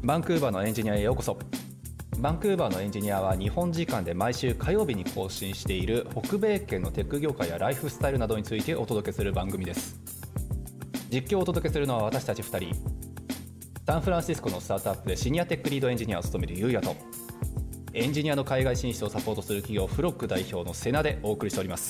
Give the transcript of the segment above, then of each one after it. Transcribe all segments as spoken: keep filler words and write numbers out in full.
バンクーバーのエンジニアへようこそ。バンクーバーのエンジニアは日本時間で毎週火曜日に更新している北米圏のテック業界やライフスタイルなどについてお届けする番組です。実況をお届けするのは私たちふたり。サンフランシスコのスタートアップでシニアテックリードエンジニアを務めるゆうやと、エンジニアの海外進出をサポートする企業フロック代表のセナでお送りしております。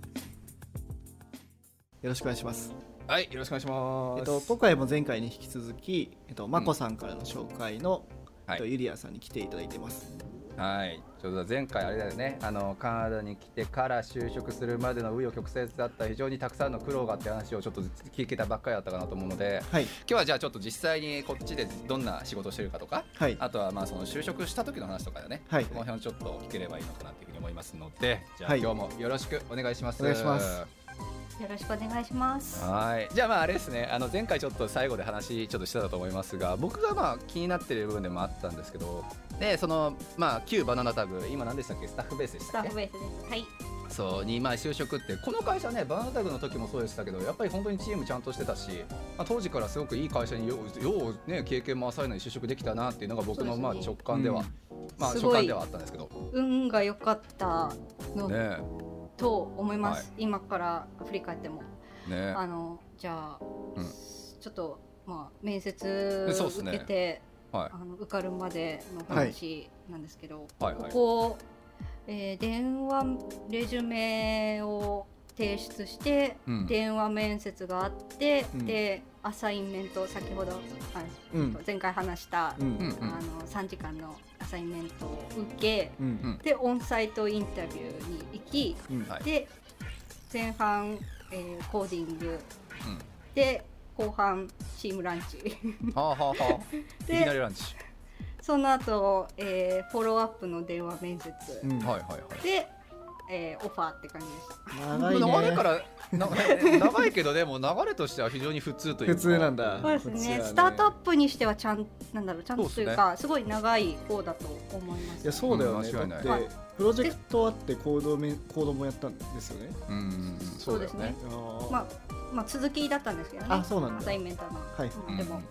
よろしくお願いします。 はい、よろしくお願いします。 えっと、今回も前回に引き続き、えっと、まこさんからの紹介の、うんえっと、ゆりやさんに来ていただいてます。 はい、ちょうど前回あれだよね、あのカナダに来てから就職するまでの紆余曲折だった非常にたくさんの苦労があって話をちょっと聞けたばっかりだったかなと思うので、はい、今日はじゃあちょっと実際にこっちでどんな仕事をしてるかとか、はい、あとはまあその就職した時の話とかだね、はい、この辺をちょっと聞ければいいのかなというふうに思いますので、じゃあ、はい、今日もよろしくお願いします。 お願いします。 よろしくお願いします。 はい、じゃあまああれですね、あの前回ちょっと最後で話ちょっとしてたと思いますが、僕がまあ気になっている部分でもあったんですけど、でそのまあ旧バナナタグ、今何でしたっけ、スタッフベースでしたっけ。 スタッフベースです。はい。 そうにまあ就職って、この会社ね、バナナタグの時もそうでしたけど、やっぱり本当にチームちゃんとしてたし、まあ、当時からすごくいい会社によう、ようね経験も浅いのに就職できたなっていうのが僕のまあ直感では、うん、まあ直感ではあったんですけど、 運が良かったの、 ね、と思います。はい、今から振り返っても。ね、あのじゃあ、うん、ちょっと、まあ、面接受けて、ね、はい、あの受かるまでの話なんですけど、はい、ここ、はい、えー、電話レジュメを提出して、うん、電話面接があって、うん、でアサインメント、先ほど、うん、前回話した、うん、あのさんじかんのアサインメントを受け、うん、でオンサイトインタビューに行き、うん、で前半えー、コーディング、うん、で後半チームランチはあはあはあ、 でいきなりランチ、その後、えー、フォローアップの電話面接、うん、はいはいはい、で、えー、オファーって感じでした。 長いね。流れからな長いけどでも流れとしては非常に普通というか。 普通なんだ。 そうですね。ね、スタートアップにしてはちゃんなんだろうちゃんとというか、すごい長い方だと思います。 いやそうだよね。うん、だって、はい、プロジェクトあってコードめコードもやったんですよね。 うん、そうですね。まあまあ続きだったんですけどね。 あ、そうなんだ。 アサインメントの。はい。うん、でも。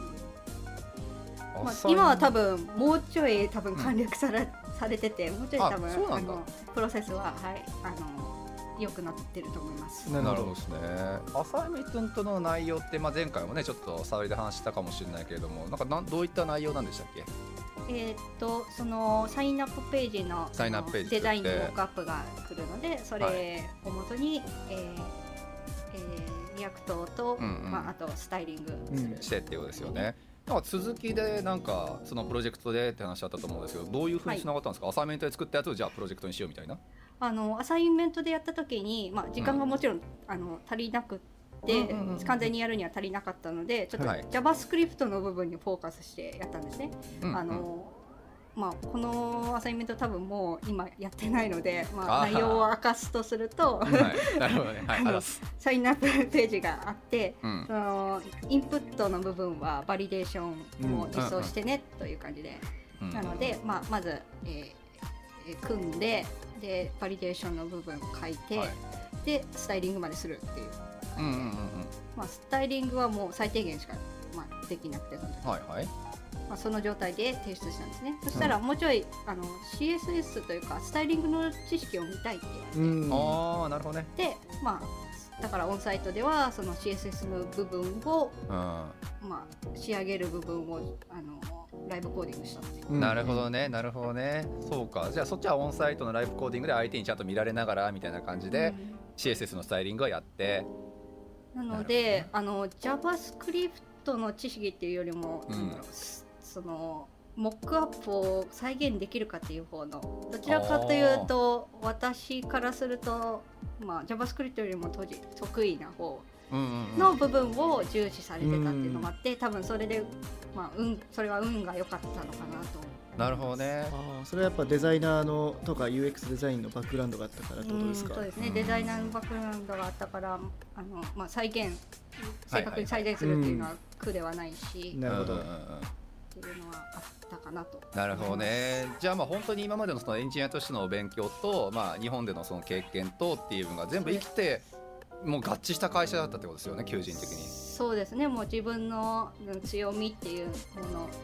うん、 まあ、今は多分もうちょい多分簡略され、うん、されてて、もうちょい多分 あ, あのプロセスは、はい、あの良くなってると思います。 なるほどですね。アサイメントの内容って、まあ、前回もねちょっと触りで話したかもしれないけれども、なんかなんどういった内容なんでしたっけ。 えー、っとそのサインアップページ の, サインアップページデザインのモックアップが来るので、それをもとに、はい、えーえー、リアクトと、うんうん、まあ、あとスタイリングする、 うん、してっていうことですよね。なんか続きでなんかそのプロジェクトでって話あったと思うんですけど、どういうふうに繋がったんですか。はい、アサインメントで作ったやつをじゃあプロジェクトにしようみたいな。 あのアサインメントでやった時に、まあ、時間がもちろん、うん、あの足りなくて、うんうんうん、完全にやるには足りなかったので、ちょっと JavaScript の部分にフォーカスしてやったんですね。はい、あのまあ、このアサインメント多分もう今やってないので、まあ、内容を明かすとすると、サインアップページがあって、うん、そのインプットの部分はバリデーションを実装してねという感じで、うんうん、なので、まあ、まず、えー、組んで、でバリデーションの部分を書いて、はい、でスタイリングまでするっていう感じで、うんうんうん、まあ、スタイリングはもう最低限しか、まあ、できなくて、はいはい、まあ、その状態で提出したんですね。そしたらもうちょい、あの シーエスエス というかスタイリングの知識を見たいって言われて、うん、 あー、なるほどね。 で、まあ、だからオンサイトではその シーエスエス の部分を、うん、まあ、仕上げる部分をあのライブコーディングしたっていう、 うん、なるほどね、なるほどね。そうか、じゃあそっちはオンサイトのライブコーディングで相手にちゃんと見られながらみたいな感じで、うん、シーエスエス のスタイリングをやって、 なので、ね、あの JavaScript の知識っていうよりも、うん、そのモックアップを再現できるかっていう方の、どちらかというと私からすると、まあ、JavaScript よりも当時得意な方の部分を重視されてたっていうのもあって、多分それで、まあ、運それは運が良かったのかなと。 なるほどね。 あ、それはやっぱデザイナーのとか ユーエックス デザインのバックグラウンドがあったからってことですか。 うん、そうですね、デザイナーのバックグラウンドがあったから、あの、まあ、再現正確に再現するっていうのは苦ではないし、 なるほど、 っていうのはあったかなと。 なるほどね。じゃあまあ本当に今までのそのエンジニアとしての勉強と、まあ、日本でのその経験とっていうのが全部生きてもう合致した会社だったってことですよね、求人的に。 そうですね、もう自分の強みっていうもの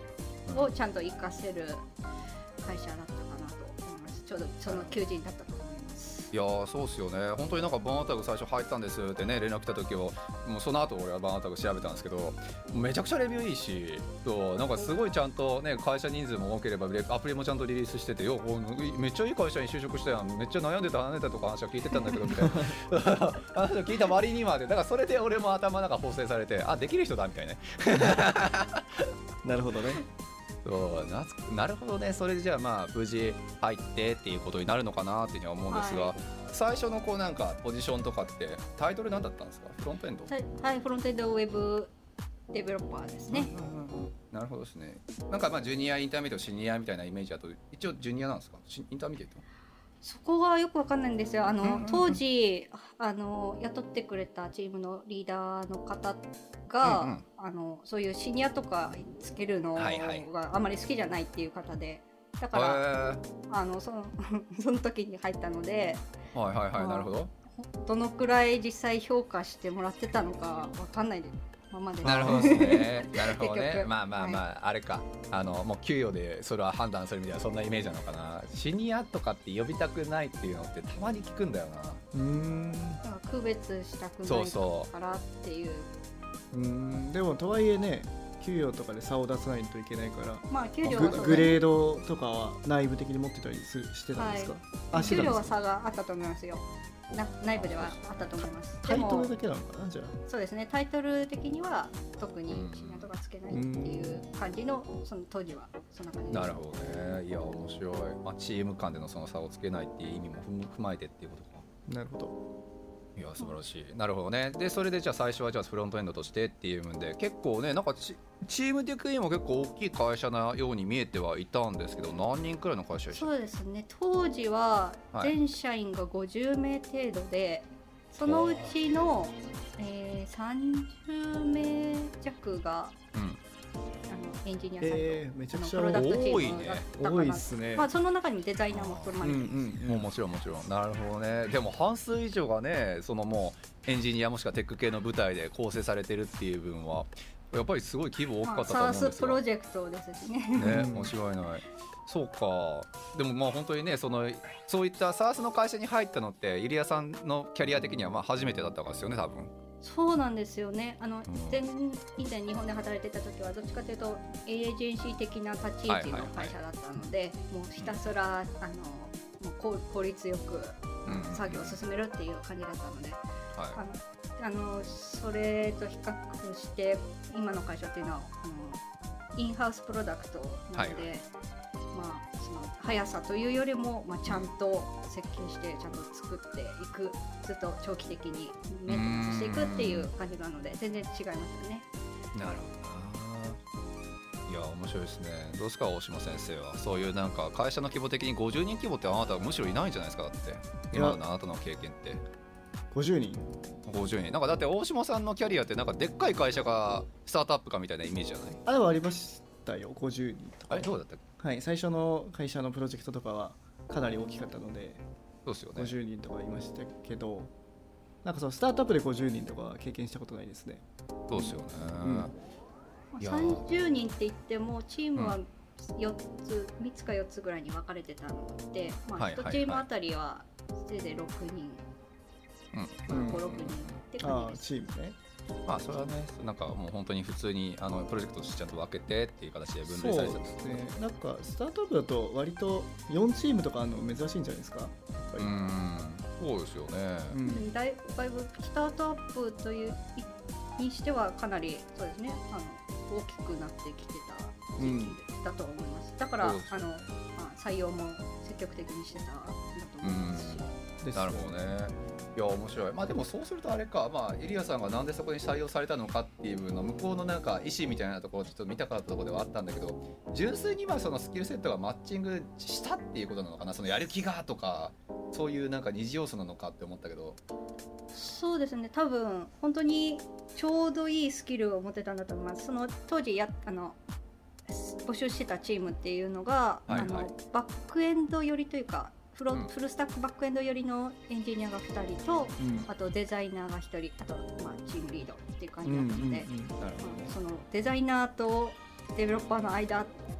をちゃんと活かせる会社だったかなと思います。ちょうどその求人だったと思います。 いやーそうっすよね。本当になんかバンアタグ最初入ったんですってね連絡来た時はもうその後俺はバンアタグ調べたんですけどめちゃくちゃレビューいいしそうなんかすごいちゃんとね会社人数も多ければアプリもちゃんとリリースしててよめっちゃいい会社に就職したやんめっちゃ悩んでた悩んでたとか話は聞いてたんだけどみたいな話を聞いた割にはでだからそれで俺も頭の中補正されてあできる人だみたいななるほどね。 そう な, なるほどね。それでじゃあまあ無事入ってっていうことになるのかなっていうふうには思うんですが、はい、最初のこうなんかポジションとかってタイトル何だったんですか？フロントエンド？ はい、フロントエンドウェブデベロッパーですね。 うんうんうん、なるほどですね。なんかまあジュニアインターミディエイトシニアみたいなイメージだと一応ジュニアなんですか？インターミディエイト？ そこがよくわかんないんですよ。あの、うんうんうん、当時あの雇ってくれたチームのリーダーの方が、うんうん、あのそういうシニアとかつけるのがあまり好きじゃないっていう方で、だから、はいはい、あのそのその時に入ったので、 はいはいはい、なるほど。 どのくらい実際評価してもらってたのかわかんないです。ままでなるほどですね。なるほどね。まあまあまあ、はい、あれかあのもう給与でそれは判断するみたいなそんなイメージなのかな。シニアとかって呼びたくないっていうのってたまに聞くんだよな。 うーん区別したくないからっていう。 うーんでもとはいえね給与とかで差を出さないといけないから、 まあ、給料はグ, グレードとかは内部的に持ってたりしてたんですか？ はい、給料は差があったと思いますよ。な内部ではあったと思います。 タイトルだけなのかなじゃあ。 そうですね。タイトル的には特にシニアとかつけないっていう感じのその当時はそんな感じです。 なるほどね。いや面白い。まあチーム間でのその差をつけないっていう意味も踏まえてっていうことか。 なるほど。 いや素晴らしい。なるほどね。でそれでじゃあ最初はじゃあフロントエンドとしてっていうんで結構ねなんか チ, チーム的にも結構大きい会社なように見えてはいたんですけど何人くらいの会社でした？ そうですね。当時は全社員がごじゅうめい程度で、はい、そのうちの、えー、さんじゅうめい弱が、うん、あのエンジニアさんと、 えー、めちゃくちゃプロダクトチームだったかな。 多いですね。 まあその中にデザイナーも含まれてるんです。 うんうん、もうもちろんもちろん。なるほどね。でも半数以上がねそのもうエンジニアもしくはテック系の部隊で構成されてるっていう分はやっぱりすごい規模大きかったと思うんですよ。 まあ、サースプロジェクトですしね。 ね、面白いない。そうか。でもまあ本当にねそのそういったサースの会社に入ったのってユリアさんのキャリア的にはまあ初めてだったんですよね多分。 そうなんですよね。あの、うん、前以前日本で働いてた時はどっちかというとエージェンシー的な立ち位置の会社だったので、はいはいはい、もうひたすらあのもう効率よく作業を進めるっていう感じだったので、うん、あのあのそれと比較して今の会社っていうのはあのインハウスプロダクトなので、はいはい、まあ、その速さというよりも、まあ、ちゃんと設計してちゃんと作っていくずっと長期的にメンテナンスしていくっていう感じなので全然違いますよね。 なるほどな。いや面白いですね。どうですか大島先生はそういうなんか会社の規模的にごじゅうにん規模ってあなたはむしろいないんじゃないですか？だって今のあなたの経験ってごじゅうにんごじゅうにんなんかだって大島さんのキャリアってなんかでっかい会社がスタートアップかみたいなイメージじゃない？ あれはありましたよごじゅうにんとか。 あれどうだったっけ？ はい、最初の会社のプロジェクトとかはかなり大きかったので、 そうですよね、 ごじゅうにんとかいましたけど、なんかそのスタートアップでごじゅうにんとかは経験したことないですね。 そうですよね、 うん、さんじゅうにんって言ってもチームはよっつ、みっつかよっつぐらいに分かれてたので、まあ、いちチームあたりはせいぜいろくにん、うん、ご、ろくにんって感じです。 あ、チームね。 まあそれはね、なんかもう本当に普通にあのプロジェクトとしてちゃんと分けてっていう形で分類されてたんですね。 なんかスタートアップだと割とよんチームとかあるの珍しいんじゃないですか。やっぱり。うん、 そうですよね。 うん、だいぶスタートアップというにしてはかなりそうですね。あの大きくなってきてた時期だと思います。だからあの、まあ、採用も積極的にしてたんだと思いますし。 なるほどね。いや面白い。まあでもそうするとあれか、まあエリアさんがなんでそこに採用されたのかっていうの向こうのなんか意思みたいなところをちょっと見たかったところではあったんだけど、純粋にまあそのスキルセットがマッチングしたっていうことなのかな。そのやる気がとかそういうなんか二次要素なのかって思ったけど。 そうですね。多分本当にちょうどいいスキルを持ってたんだと思います。その当時やあの募集してたチームっていうのが、はいはい、あのバックエンド寄りというか。フ, ロ、うん、フルスタックバックエンド寄りのエンジニアがふたりと、うん、あとデザイナーがひとり、あと、まあ、チームリードっていう感じだったので、そのデザイナーとデベロッパーの間っ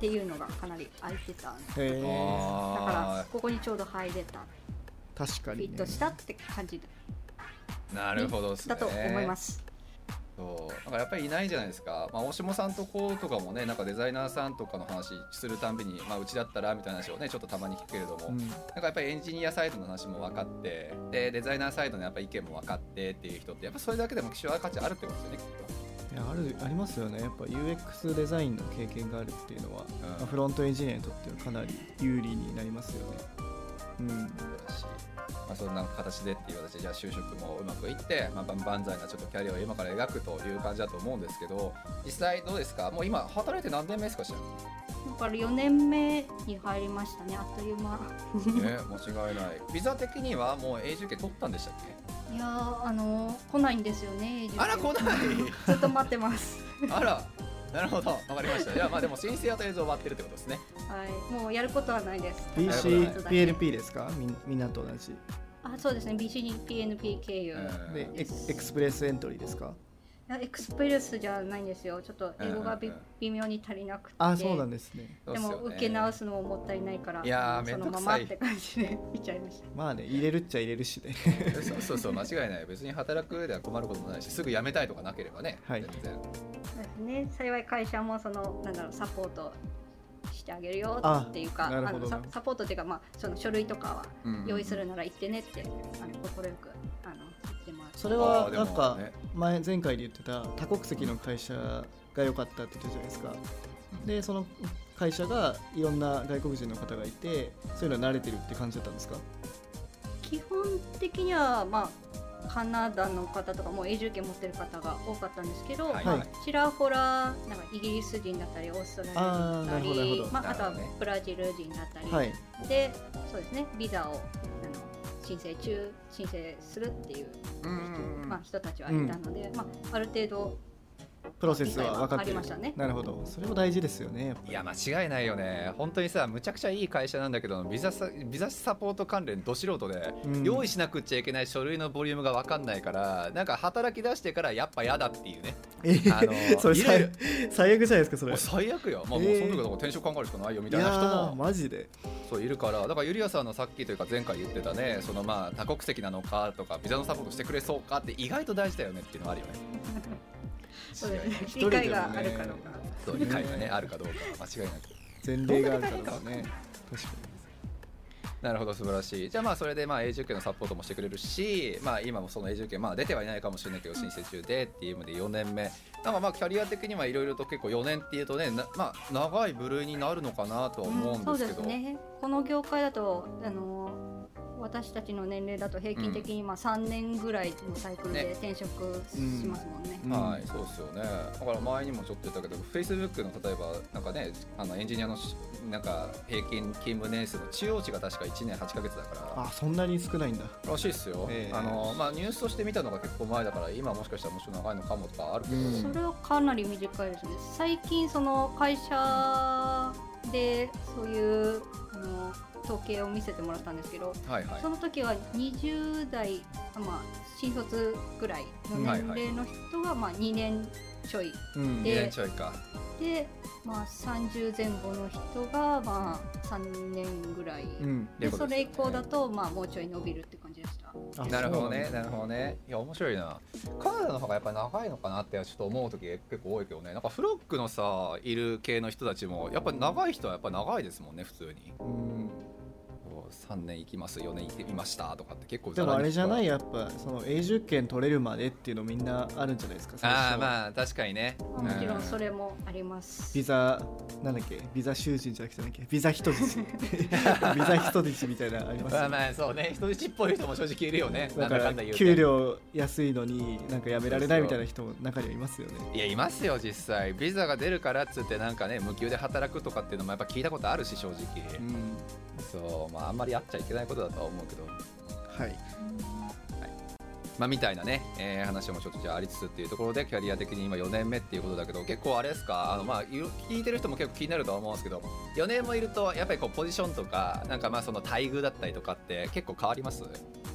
っていうのがかなり空いてたんで、だからここにちょうど入れた、 確かに、ね、 フィットしたって感じなるほどですね。 だと思います。 そうだからやっぱりいないじゃないですか、まあ、大下さんとこうとかもね、なんかデザイナーさんとかの話するたんびに、まあ、うちだったらみたいな話をねちょっとたまに聞くけれども、うん、なんかやっぱりエンジニアサイドの話も分かって、でデザイナーサイドのやっぱ意見も分かってっていう人ってやっぱそれだけでも希少な価値あるってことですよね、きっと。いや、ある、ありますよね。やっぱ ユーエックス デザインの経験があるっていうのは、うんまあ、フロントエンジニアにとってはかなり有利になりますよね。うん、 まあ、そんな形でっていう形でじゃあ就職もうまくいって、まあ、万歳なちょっとキャリアを今から描くという感じだと思うんですけど、実際どうですか？もう今働いて何年目ですかしら？ だからよねんめに入りましたね。あっという間ね、間違いない。ビザ的にはもう永住権取ったんでしたっけ？いやー、あのー、来ないんですよね。 あら、来ないずっと待ってますあら、なるほど、わかりました。じゃあまあでも申請はとりあえず終わってるってことですね。 はい、もうやることはないです。 ビーシーピーエヌピー ですか？み, みんなと同じ。 あ、そうですね。ビーシーピーエヌピー 経由で、エクスプレスエントリーですか？ いや、エクスプレスじゃないんですよ。ちょっと英語がび、うんうんうん、微妙に足りなくて。 あ、そうなんですね。 でも受け直すのももったいないから、 いやそのままって感じで見ちゃいました。 まあね、入れるっちゃ入れるしねそうそうそう、間違いない。別に働く上では困ることもないし、すぐ辞めたいとかなければね、 はい、 全然。そうですね。幸い会社もそのなんだろう、サポートしてあげるよっていうか、あの サ, サポートっていうか、まあ、その書類とかは用意するなら言ってねって、うんうん、あの心よくあの言ってます。 それはなんか前前回で言ってた多国籍の会社が良かったって言ったじゃないですか。でその会社がいろんな外国人の方がいて、そういうのは慣れてるって感じだったんですか？ 基本的にはまあカナダの方とかも永住権持ってる方が多かったんですけど、はいまあ、ちらほらなんかイギリス人だったりオーストラリア人だったり、あ,、まあ、あとはブラジル人だったり、はい、でそうですね、ビザをあの申請中申請するっていう人、まあ、人たちはいたので、うんまあ、ある程度プロセスは分かってる、 ね、 なるほど、それも大事ですよね。やっぱりいや間違いないよね。本当にさ、むちゃくちゃいい会社なんだけど、ビザサ、ビザサポート関連ど素人で、うん、用意しなくちゃいけない書類のボリュームが分かんないから、なんか働き出してからやっぱ嫌だっていうね。 えー、あのそれ最, 最悪じゃないですかそれ。 最悪よ、まあ、もうその時は転職考えるしかないよみたいな人もマジでそういるから、だからユリアさんのさっきというか前回言ってたね、そのまあ多国籍なのかとかビザのサポートしてくれそうかって意外と大事だよねっていうのがあるよね。 そうですね、理解があるかどうか、 そう理解が、ね、あるかどうか間違いなく前例があるかどうかね。確かに。 なるほど、素晴らしい。じゃあまあそれでまあ永住権のサポートもしてくれるし、まあ今もその永住権まあ出てはいないかもしれないけど申請中でっていうのでよねんめ、なんかまあキャリア的にはいろいろと結構よねんっていうとね、まあ長い部類になるのかなとは思うんですけど、うん、そうですね。 この業界だとあの私たちの年齢だと平均的にまあさんねんぐらいのサイクルで転職しますもんね。 うんうん、はい、そうですよね。だから前にもちょっと言ったけど、Facebook の例えばなんかね、あのエンジニアのなんか平均勤務年数の中央値が確かいちねんはちかげつだから。 あ、そんなに少ないんだ。 らしいですよ。えー、あのまあニュースとして見たのが結構前だから、今もしかしたらもちろん長いのかもとかあるけど、うん、 それはかなり短いですね。最近その会社でそういうあの統計を見せてもらったんですけど、はいはい、その時はにじゅう代、まあ、新卒ぐらいの年齢の人がまあにねんちょい、 うん、 で、 にねんちょいかで、まあ、さんじゅうぜん後の人がまあさんねんぐらい、うん、でそれ以降だとまあもうちょい伸びるって感じでした。 なるほどね、なるほどね。いや面白いな。カナダの方がやっぱり長いのかなってちょっと思う時結構多いけどね。なんかフロックのさいる系の人たちもやっぱり長い人はやっぱり長いですもんね、普通に。うん、さんねん行きますよねん行ってみましたとかって結構。 でもあれじゃない、やっぱその永住権取れるまでっていうのみんなあるんじゃないですか。 ああまあ確かにね、 もちろんそれもあります。 ビザなんだっけ、ビザ囚人じゃなくてなんだっけ、ビザ人質ビザ人質みたいなのありますよね。 まあまあそうね、人質っぽい人も正直いるよね。 だから給料安いのになんかやめられないみたいな人も中にはいますよね。 いやいますよ実際。ビザが出るからっつってなんかね無給で働くとかっていうのもやっぱ聞いたことあるし正直、うん、そうまああんまりやっちゃいけないことだとは思うけど、 はい、はい、 まあみたいなね、えー、話もちょっとじゃあありつつっていうところで、キャリア的に今よねんめっていうことだけど、結構あれですか、あのまあ聞いてる人も結構気になるとは思うんですけど、よねんもいるとやっぱりこうポジションとかなんかまあその待遇だったりとかって結構変わります？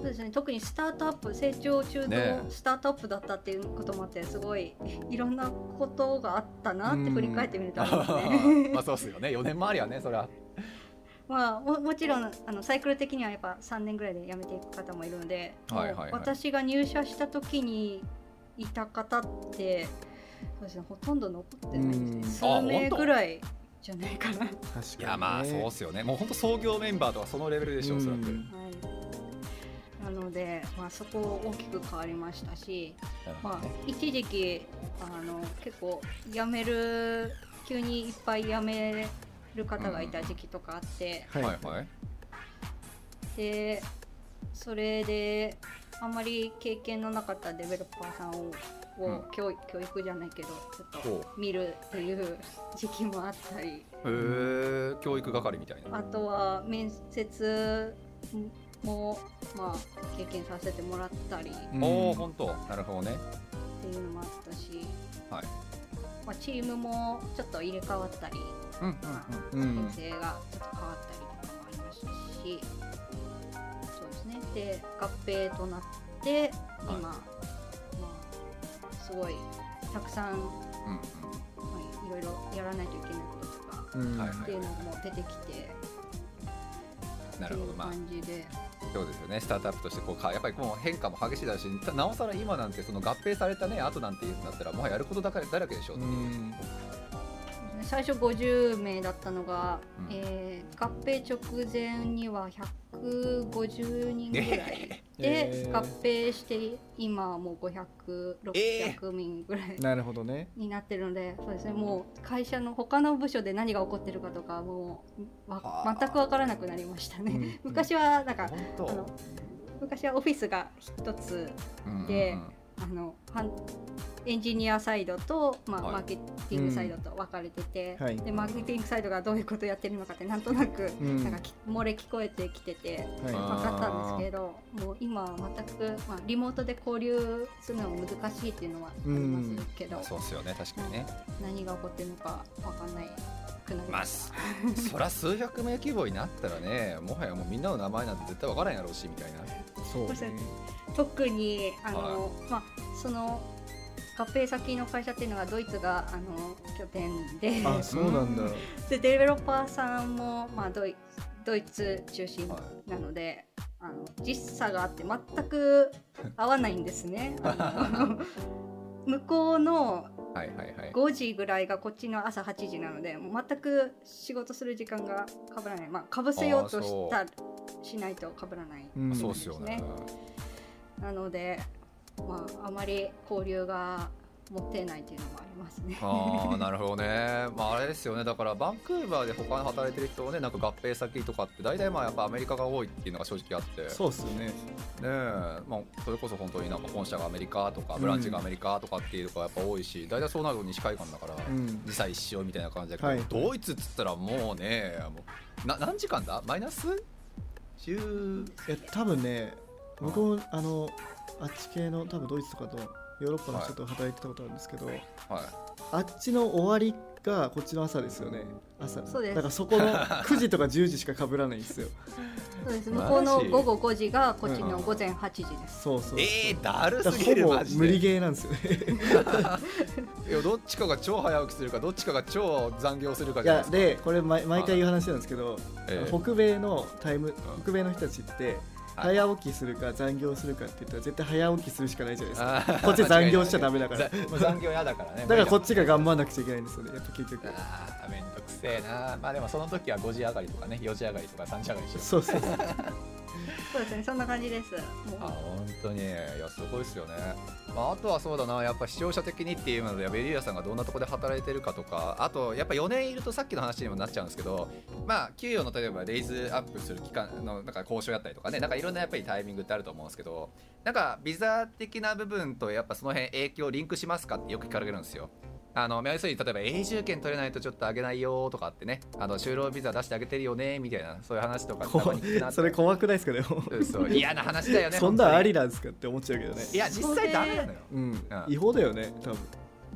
そうですね、特にスタートアップ、成長中のスタートアップだったっていうこともあってすごいいろんなことがあったなって振り返ってみるとありますね。 まあそうですよね、よねんまえはねそれはまあ、も, もちろんあのサイクル的にはやっぱさんねんぐらいで辞めていく方もいるので、はいはいはい、私が入社した時にいた方ってそうです、ね、ほとんど残ってないですね。数名ぐらいじゃないかな。確かに、ね、 いやまあそうですよね、もう本当創業メンバーとかそのレベルでしょう、おそらく、はい、 なので、まあ、そこ大きく変わりましたし、まあ、一時期あの結構辞める急にいっぱい辞める方がいた時期とかあって、うんはいはい、でそれであんまり経験のなかったデベロッパーさんをを、うん、教, 教育じゃないけどちょっと見るっていう時期もあったり、へー、教育係みたいな。 あとは面接も、まあ、経験させてもらったり、 うん、おー本当、なるほどねっていうのもあったし、 はい、 まあ、チームもちょっと入れ替わったり、うんうんうん、編成がちょっと変わったりとかもありましたし、そうですね、で合併となって今、はい、まあ、すごいたくさん、うんうん、まあ、いろいろやらないといけないこととか、うん、っていうのも出てきて、 なるほど、 っていう感じで、 まあ、そうですよね、スタートアップとしてこうかやっぱりもう変化も激しいだし、なおさら今なんてその合併されたね後なんていうのだったらもうやることだらけでしょうっていう、うん、 最初ごじゅうめいだったのが、うん、えー、合併直前にはひゃくごじゅうにんぐらいで、えー、合併して今はもうごひゃく、ろっぴゃくにんぐらい、 なるほどね、 になってるので、そうですね、もう会社の他の部署で何が起こってるかとかもうわ全く分からなくなりましたね、うん、昔はなんかあの昔はオフィスが一つで、うんうんうん、あのエンジニアサイドと、まあはい、マーケティングサイドと分かれてて、うん、でマーケティングサイドがどういうことをやってるのかってなんとなく、うん、なんか漏れ聞こえてきてて、はい、分かったんですけど、もう今は全く、まあ、リモートで交流するのも難しいっていうのはありますけど、うん、 そうですよね、確かにね、 何が起こってるのか分かんないくなります、 まあ、そりゃ数百名規模になったらね、もはやもうみんなの名前なんて絶対分からんやろうしみたいな。 そうですね、 特にあの、はい、まあ、その合併先の会社っていうのがドイツがあの拠点で、 あ、そうなんだでデベロッパーさんも、まあ、ドイ、ドイツ中心なので、はい、あの時差があって全く合わないんですねあの向こうのごじぐらいがこっちの朝はちじなので、もう全く仕事する時間が被らない、まあ、かぶせようとしたしないと被らないんですね。 そうですよね。 なので、まあ、あまり交流が持てないというのもありますね。 あ、なるほどね、まあ、あれですよね、だからバンクーバーで他の働いてる人はね、なんか合併先とかって大体まあやっぱアメリカが多いっていうのが正直あって、 そうですよね。ねえ、まあ、それこそ本当になんか本社がアメリカとかブランチがアメリカとかっていうのがやっぱ多いし、うん、大体そうなると西海岸だから、うん、時差一緒みたいな感じだけど、はい、ドイツっつったらもうね、もうな何時間だマイナスじゅう、 いや多分ね、僕もあのあっち系の多分ドイツとかとヨーロッパの人と働いてたことあるんですけど、はい、あっちの終わりがこっちの朝ですよね。朝。そうです。だからそこのくじとかじゅうじしか被らないんですよ。 そうです。向こうの午後ごじがこっちの午前はちじです。 そうそうそう。 えー、だるすぎる。 マジで。無理ゲーなんですよね。 いや、どっちかが超早起きするかどっちかが超残業するかじゃないですか。いや、でこれ毎回言う話なんですけど、えー、北米のタイム北米の人たちって早起きするか残業するかって言ったら絶対早起きするしかないじゃないですか。こっち残業しちゃダメだから残業嫌だからね。 だからこっちが頑張らなくちゃいけないんですよね、やっぱ結局。 あ、めんどくせえな。まあでもその時はごじ上がりとかね、よじ上がりとかさんじ上がりしよう。 そうそうそうそうですね、そんな感じです。 あ、本当に、いやすごいですよね。まあ、あとはそうだな、やっぱ視聴者的にっていうのでベリーラさんがどんなところで働いてるかとか、あとやっぱよねんいるとさっきの話にもなっちゃうんですけど、まあ給与の例えばレイズアップする期間のなんか交渉やったりとかね、なんかいろんなやっぱりタイミングってあると思うんですけど、なんかビザ的な部分とやっぱその辺影響リンクしますかってよく聞かれるんですよ。あの要するに例えば永住権取れないとちょっとあげないよとかってね、あの就労ビザ出してあげてるよねみたいな、そういう話とかたまに聞くな。 それ怖くないですかね。 そう嫌な話だよね。 そんなありなんですかって思っちゃうけどね。 いや実際ダメなのよ、 うんうん、違法だよね多分。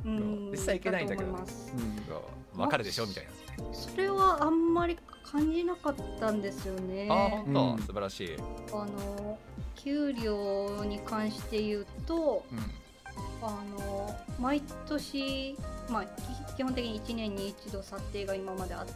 うん、 実際いけないんだけど、ね、うん、分かるでしょみたいな。 それはあんまり感じなかったんですよね。 あ、本当、うん、素晴らしい。 あの給料に関して言うと、うん、あの毎年、まあ、基本的にいちねんに一度査定が今まであって、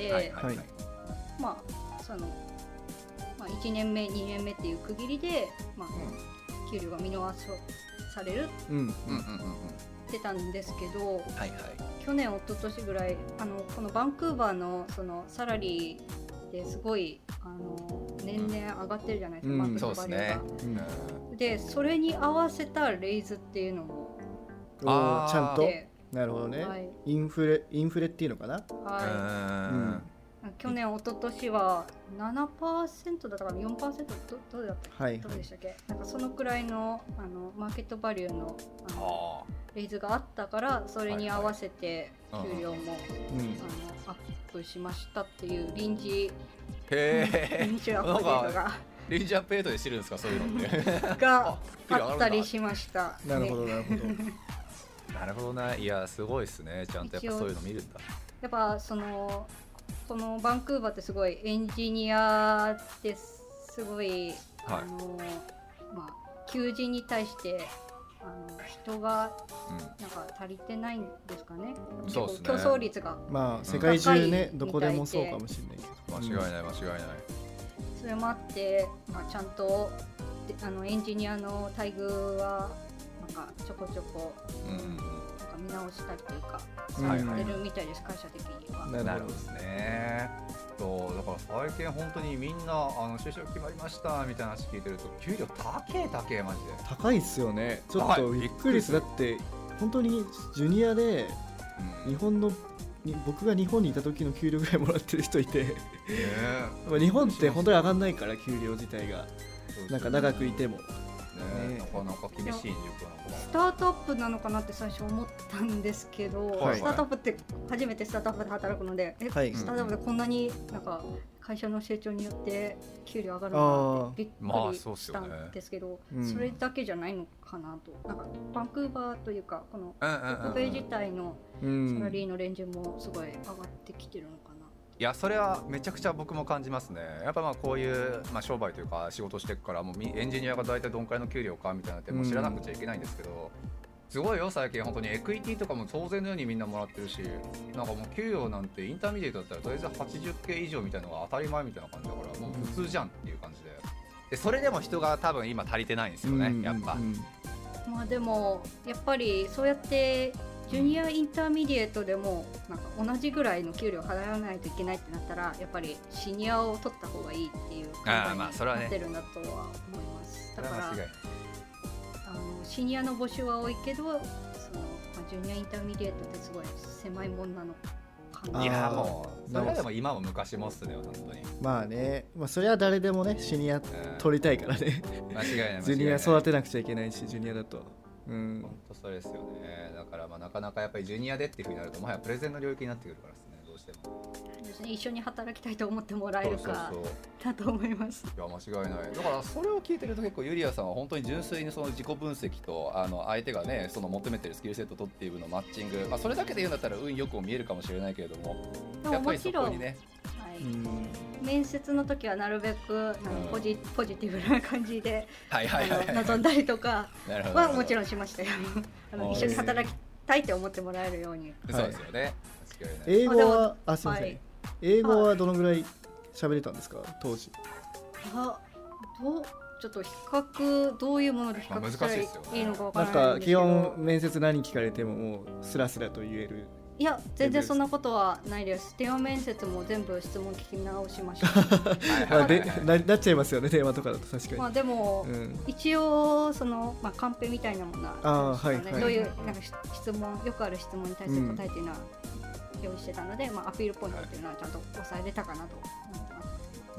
はいはいはい、まあそのまあ、いちねんめにねんめっていう区切りで、まあうん、給料が見逃されるってたんですけど、はいはい、去年一昨年ぐらいあのこのバンクーバー の, そのサラリーですごいあの年々上がってるじゃないですか、うん、マーケットバリューが、そうですね、うん、でそれに合わせたレイズっていうのもあちゃんとなるほどね、はい、インフレインフレっていうのかな、はい、うん去年一昨年は ななパーセント だったかな よんパーセント ど, どうだった、はい、どうでしたっけ、なんかそのくらい の, あのマーケットバリュー の, あのレイズがあったからそれに合わせて給料も、はいはい、あのアップしましたっていう臨時臨時アップデートが臨時アップデートで知るんですか、そういうのってがあったりしました。 なるほどなるほどなるほどね。いやすごいですね、ちゃんとやっぱそういうの見るんだ。 やっぱそのこのバンクーバーってすごいエンジニアですごい、はい、あのまあ、求人に対してあの人がなんか足りてないんですかね、うん、そうですね、競争率がまあ世界中ね、うん、どこでもそうかもしれないけど、 間違いない間違いない、 それもあって、まあ、ちゃんとあのエンジニアの待遇はなんかちょこちょこ、うん見直したりというかされてるみたいです、はいはい、会社的には。 なるほどですね。そうだから最近本当にみんなあの就職決まりましたみたいな話聞いてると給料高え高えマジで高いっすよね。ちょっとびっくりする。だって本当にジュニアで日本の、うん、僕が日本にいた時の給料ぐらいもらってる人いて、ね、日本って本当に上がんないから給料自体がなんか長くいてもね、なかなか厳しい状況なのかな。 スタートアップなのかなって最初思ったんですけど、はいはい、スタートアップって初めてスタートアップで働くので、え、はい、スタートアップでこんなになんか会社の成長によって給料上がるのってびっくりしたんですけど、まあ そ, それだけじゃないのかなと。なんかバンクーバーというかこの北米自体のサラリーのレンジもすごい上がってきてるのかな。 いやそれはめちゃくちゃ僕も感じますね。やっぱまあこういう、まあ、商売というか仕事していくからもうエンジニアが大体どんくらいの給料かみたいなってもう知らなくちゃいけないんですけど、うん、すごいよ最近本当にエクイティとかも当然のようにみんなもらってるし、なんかもう給料なんてインターミディエイトだったらとりあえずはちじゅっケー以上みたいなのが当たり前みたいな感じだからもう普通じゃんっていう感じで、でそれでも人が多分今足りてないんですよね、うん、やっぱ、うん、 まあでもやっぱりそうやってジュニアインターミディエイトでもなんか同じぐらいの給料を払わないといけないってなったらやっぱりシニアを取った方がいいっていう考えになってるんだとは思います。だからあのシニアの募集は多いけどその、まあ、ジュニアインターミディエイトってすごい狭いもんなのかな。 いやもうそれはでも今も昔もっすね本当に。 まあね、まあ、それは誰でもねシニア取りたいからね、 うん、間違いないジュニア育てなくちゃいけないしジュニアだとうん、 本当それですよね。だからまあなかなかやっぱりジュニアでっていう風になるともはやプレゼンの領域になってくるからですね、どうしてもですね、一緒に働きたいと思ってもらえるかだと思います。 いや間違いない。だからそれを聞いてると結構ユリアさんは本当に純粋にその自己分析とあの相手がねその求めてるスキルセットとっていうのマッチング、まあ、それだけで言うんだったら運よくも見えるかもしれないけれども、やっぱりそこにね面接の時はなるべくポジ、うん、ポジティブな感じで臨んだりとかはもちろんしましたよあの一緒に働きたいって思ってもらえるように。 そうですよね。 英語はあすいません、はい、英語はどのぐらい喋れたんですか当時。 あどうちょっと比較どういうもので比較したらいいのか分からないんですけど、 なんか基本面接何聞かれてももうスラスラと言える。 いや全然そんなことはないです。電話面接も全部質問聞き直しましたで な, なっちゃいますよね電話とかだと確かに。 まあでも、うん、一応その、まあ、カンペみたいなものは、ねはいはい、どういうなんか質問よくある質問に対する答えっていうのは用意してたので、うんまあ、アピールポイントっていうのはちゃんと抑えれたかなと思います。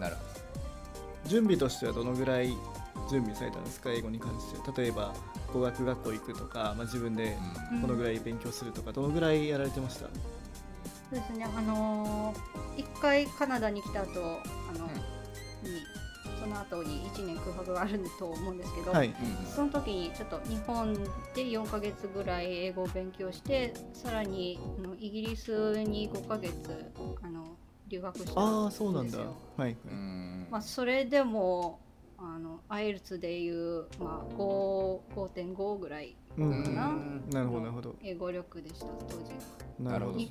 なるほど。準備としてはどのぐらい準備されたんですか英語に関して。例えば語学学校行くとか、まあ、自分でこのぐらい勉強するとか、うん、どのぐらいやられてました。 そうですね、あのー、一回カナダに来た後あの、うん、にその後にいちねん空白があると思うんですけど、 はい、 その時にちょっと日本でよんかげつぐらい英語を勉強して、さらにのイギリスにごかげつあの留学したんですよ。 ああそうなんだ。はい、 まあ、それでもあのアイエルツでいう、まあ、ごてんご ぐらいかな、うん、 なるほどなるほど。 英語力でした当時は。なるほどですね。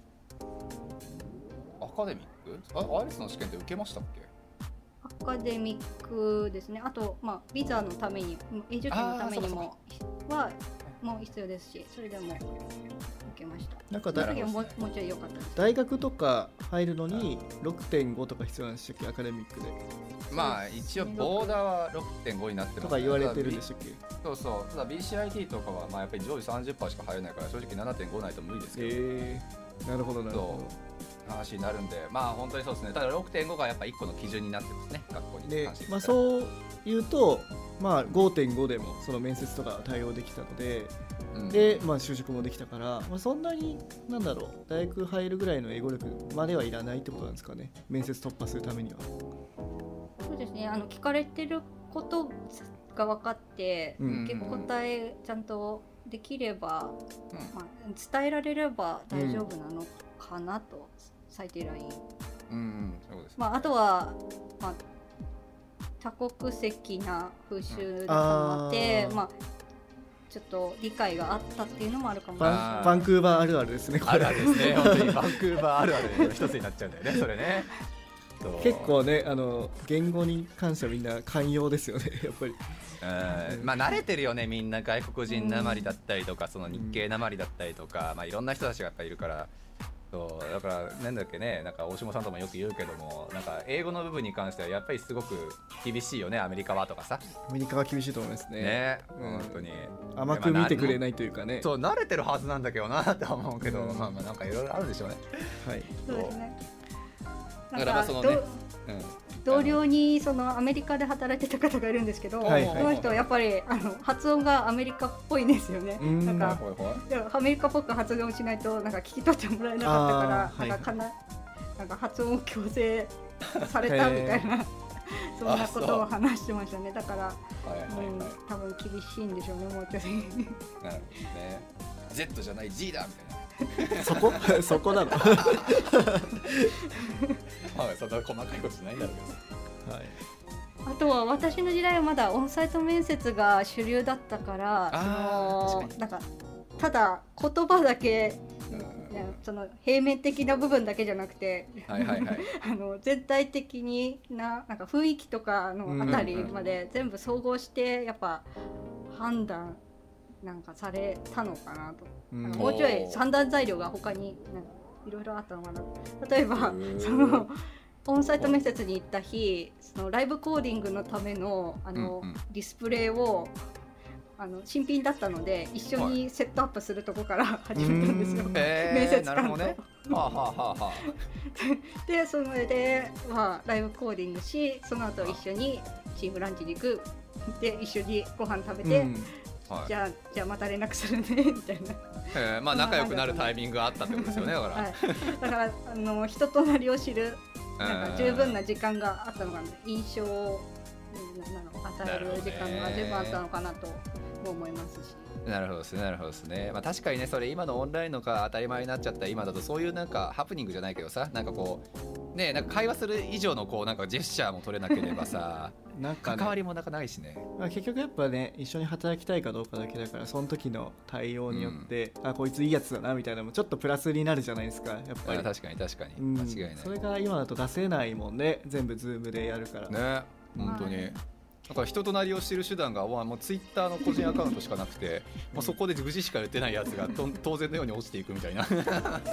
アカデミックあアイエルツの試験って受けましたっけ？ アカデミックですね。あと、まあ、ビザのために永住権のためにもはもう必要ですし、それでも受けました。 なんかその時はもう、もうちょい良かったです。 大学とか入るのに ろくてんご とか必要なんでしたっけ、アカデミックで。 まあ一応ボーダーは ろくてんご になってます、ね、 とか言われてるんでしたっけ。 そうそう。ただ ビーシーアイティー とかはまあやっぱり上位 さんじゅっパーセント しか入れないから正直 ななてんご ないと無理ですけど。 えー、なるほどなるほど。 話になるんで、まあ本当にそうですね。ただ ろくてんご がやっぱいっこの基準になってますね、学校にで、まあ、そう言うと、まあ、ごてんご でもその面接とか対応できたので、うん、で、まあ、就職もできたから、まあ、そんなになんだろう、大学入るぐらいの英語力まではいらないってことなんですかね、面接突破するためには。 そうですね、あの聞かれてることが分かって、うん、結構答えちゃんとできれば、うんまあ、伝えられれば大丈夫なのかなと、うん、最低ライン、 うんうんそうですね。 まあ、あとは、まあ、多国籍な風習があって、うん、まあ、ちょっと理解があったっていうのもあるかもしれない。 バンクーバーあるあるですね。 あるあるですね。本当にバンクーバーあるあるの一つになっちゃうんだよね、それね。 結構ね、あの言語に関してはみんな寛容ですよね、やっぱり。 うん、まあ慣れてるよね、みんな外国人なまりだったりとか、その日系なまりだったりとか、まあいろんな人たちがやっぱいるから。そうだからなんだっけね、なんか大下さんともよく言うけども、なんか英語の部分に関してはやっぱりすごく厳しいよね、アメリカはとかさ。 アメリカは厳しいと思いますね。 ね、うん、本当に甘く見てくれないというかね。 そう慣れてるはずなんだけどなって思うけど、うん、まあまあなんかいろいろあるでしょうね。 はい。そうですね。 だからそのね、うん、 同僚にそのアメリカで働いてた方がいるんですけど、はいはい、その人はやっぱりあの発音がアメリカっぽいんですよね。なんかアメリカっぽく発音しないとなんか聞き取ってもらえなかったから、なんかかな、なんか発音を強制されたみたいなそんなことを話してましたね。だから、はいはいはい、うん、多分厳しいんでしょうね、もうちょっと。なるほどね。 Z じゃない G だみたいな。 そこそこなの。はい、 そんな細かいことしないんだろうけど。はい。 あとは私の時代はまだオンサイト面接が主流だったから、そのなんかただ言葉だけ、うん、その平面的な部分だけじゃなくて、はいはいはい、あの全体的にななんか雰囲気とかのあたりまで全部総合してやっぱ判断なんかされたのかなと、うん、もうちょい判断材料が他にいろいろあったのかな。例えばそのオンサイト面接に行った日、そのライブコーディングのためのあの、うんうん、ディスプレイをあの新品だったので一緒にセットアップするとこから始めたんですよ、面接官と。ね、はあはあはあ、でそれで、まあ、ライブコーディングし、その後一緒にチームランチに行く、で一緒にご飯食べて、うんはい、じゃあじゃあまた連絡するねみたいな。 えー、まあ仲良くなるタイミングがあったってことですよね。だから、はい、 だからあの人となりを知るなんか十分な時間があったのかな、印象を与える時間が十分あったのかなと思いますし。 なるほどですね、なるほどですね。まあ確かにね、それ今のオンラインのが当たり前になっちゃった今だと、そういうなんかハプニングじゃないけどさ、なんかこうね、なんか会話する以上のこうなんかジェスチャーも取れなければさなんか、ね、関わりもなんかないしね。 まあ、結局やっぱね、一緒に働きたいかどうかだけだから、その時の対応によって、うん、あこいついいやつだなみたいなのもちょっとプラスになるじゃないですか、やっぱり。 確かに確かに、うん、間違いない。 それが今だと出せないもんね、全部ズームでやるからね。本当に、はい、だから人となりを知る手段がもうツイッターの個人アカウントしかなくてもうそこで愚痴しか言ってないやつがと当然のように落ちていくみたいな。そう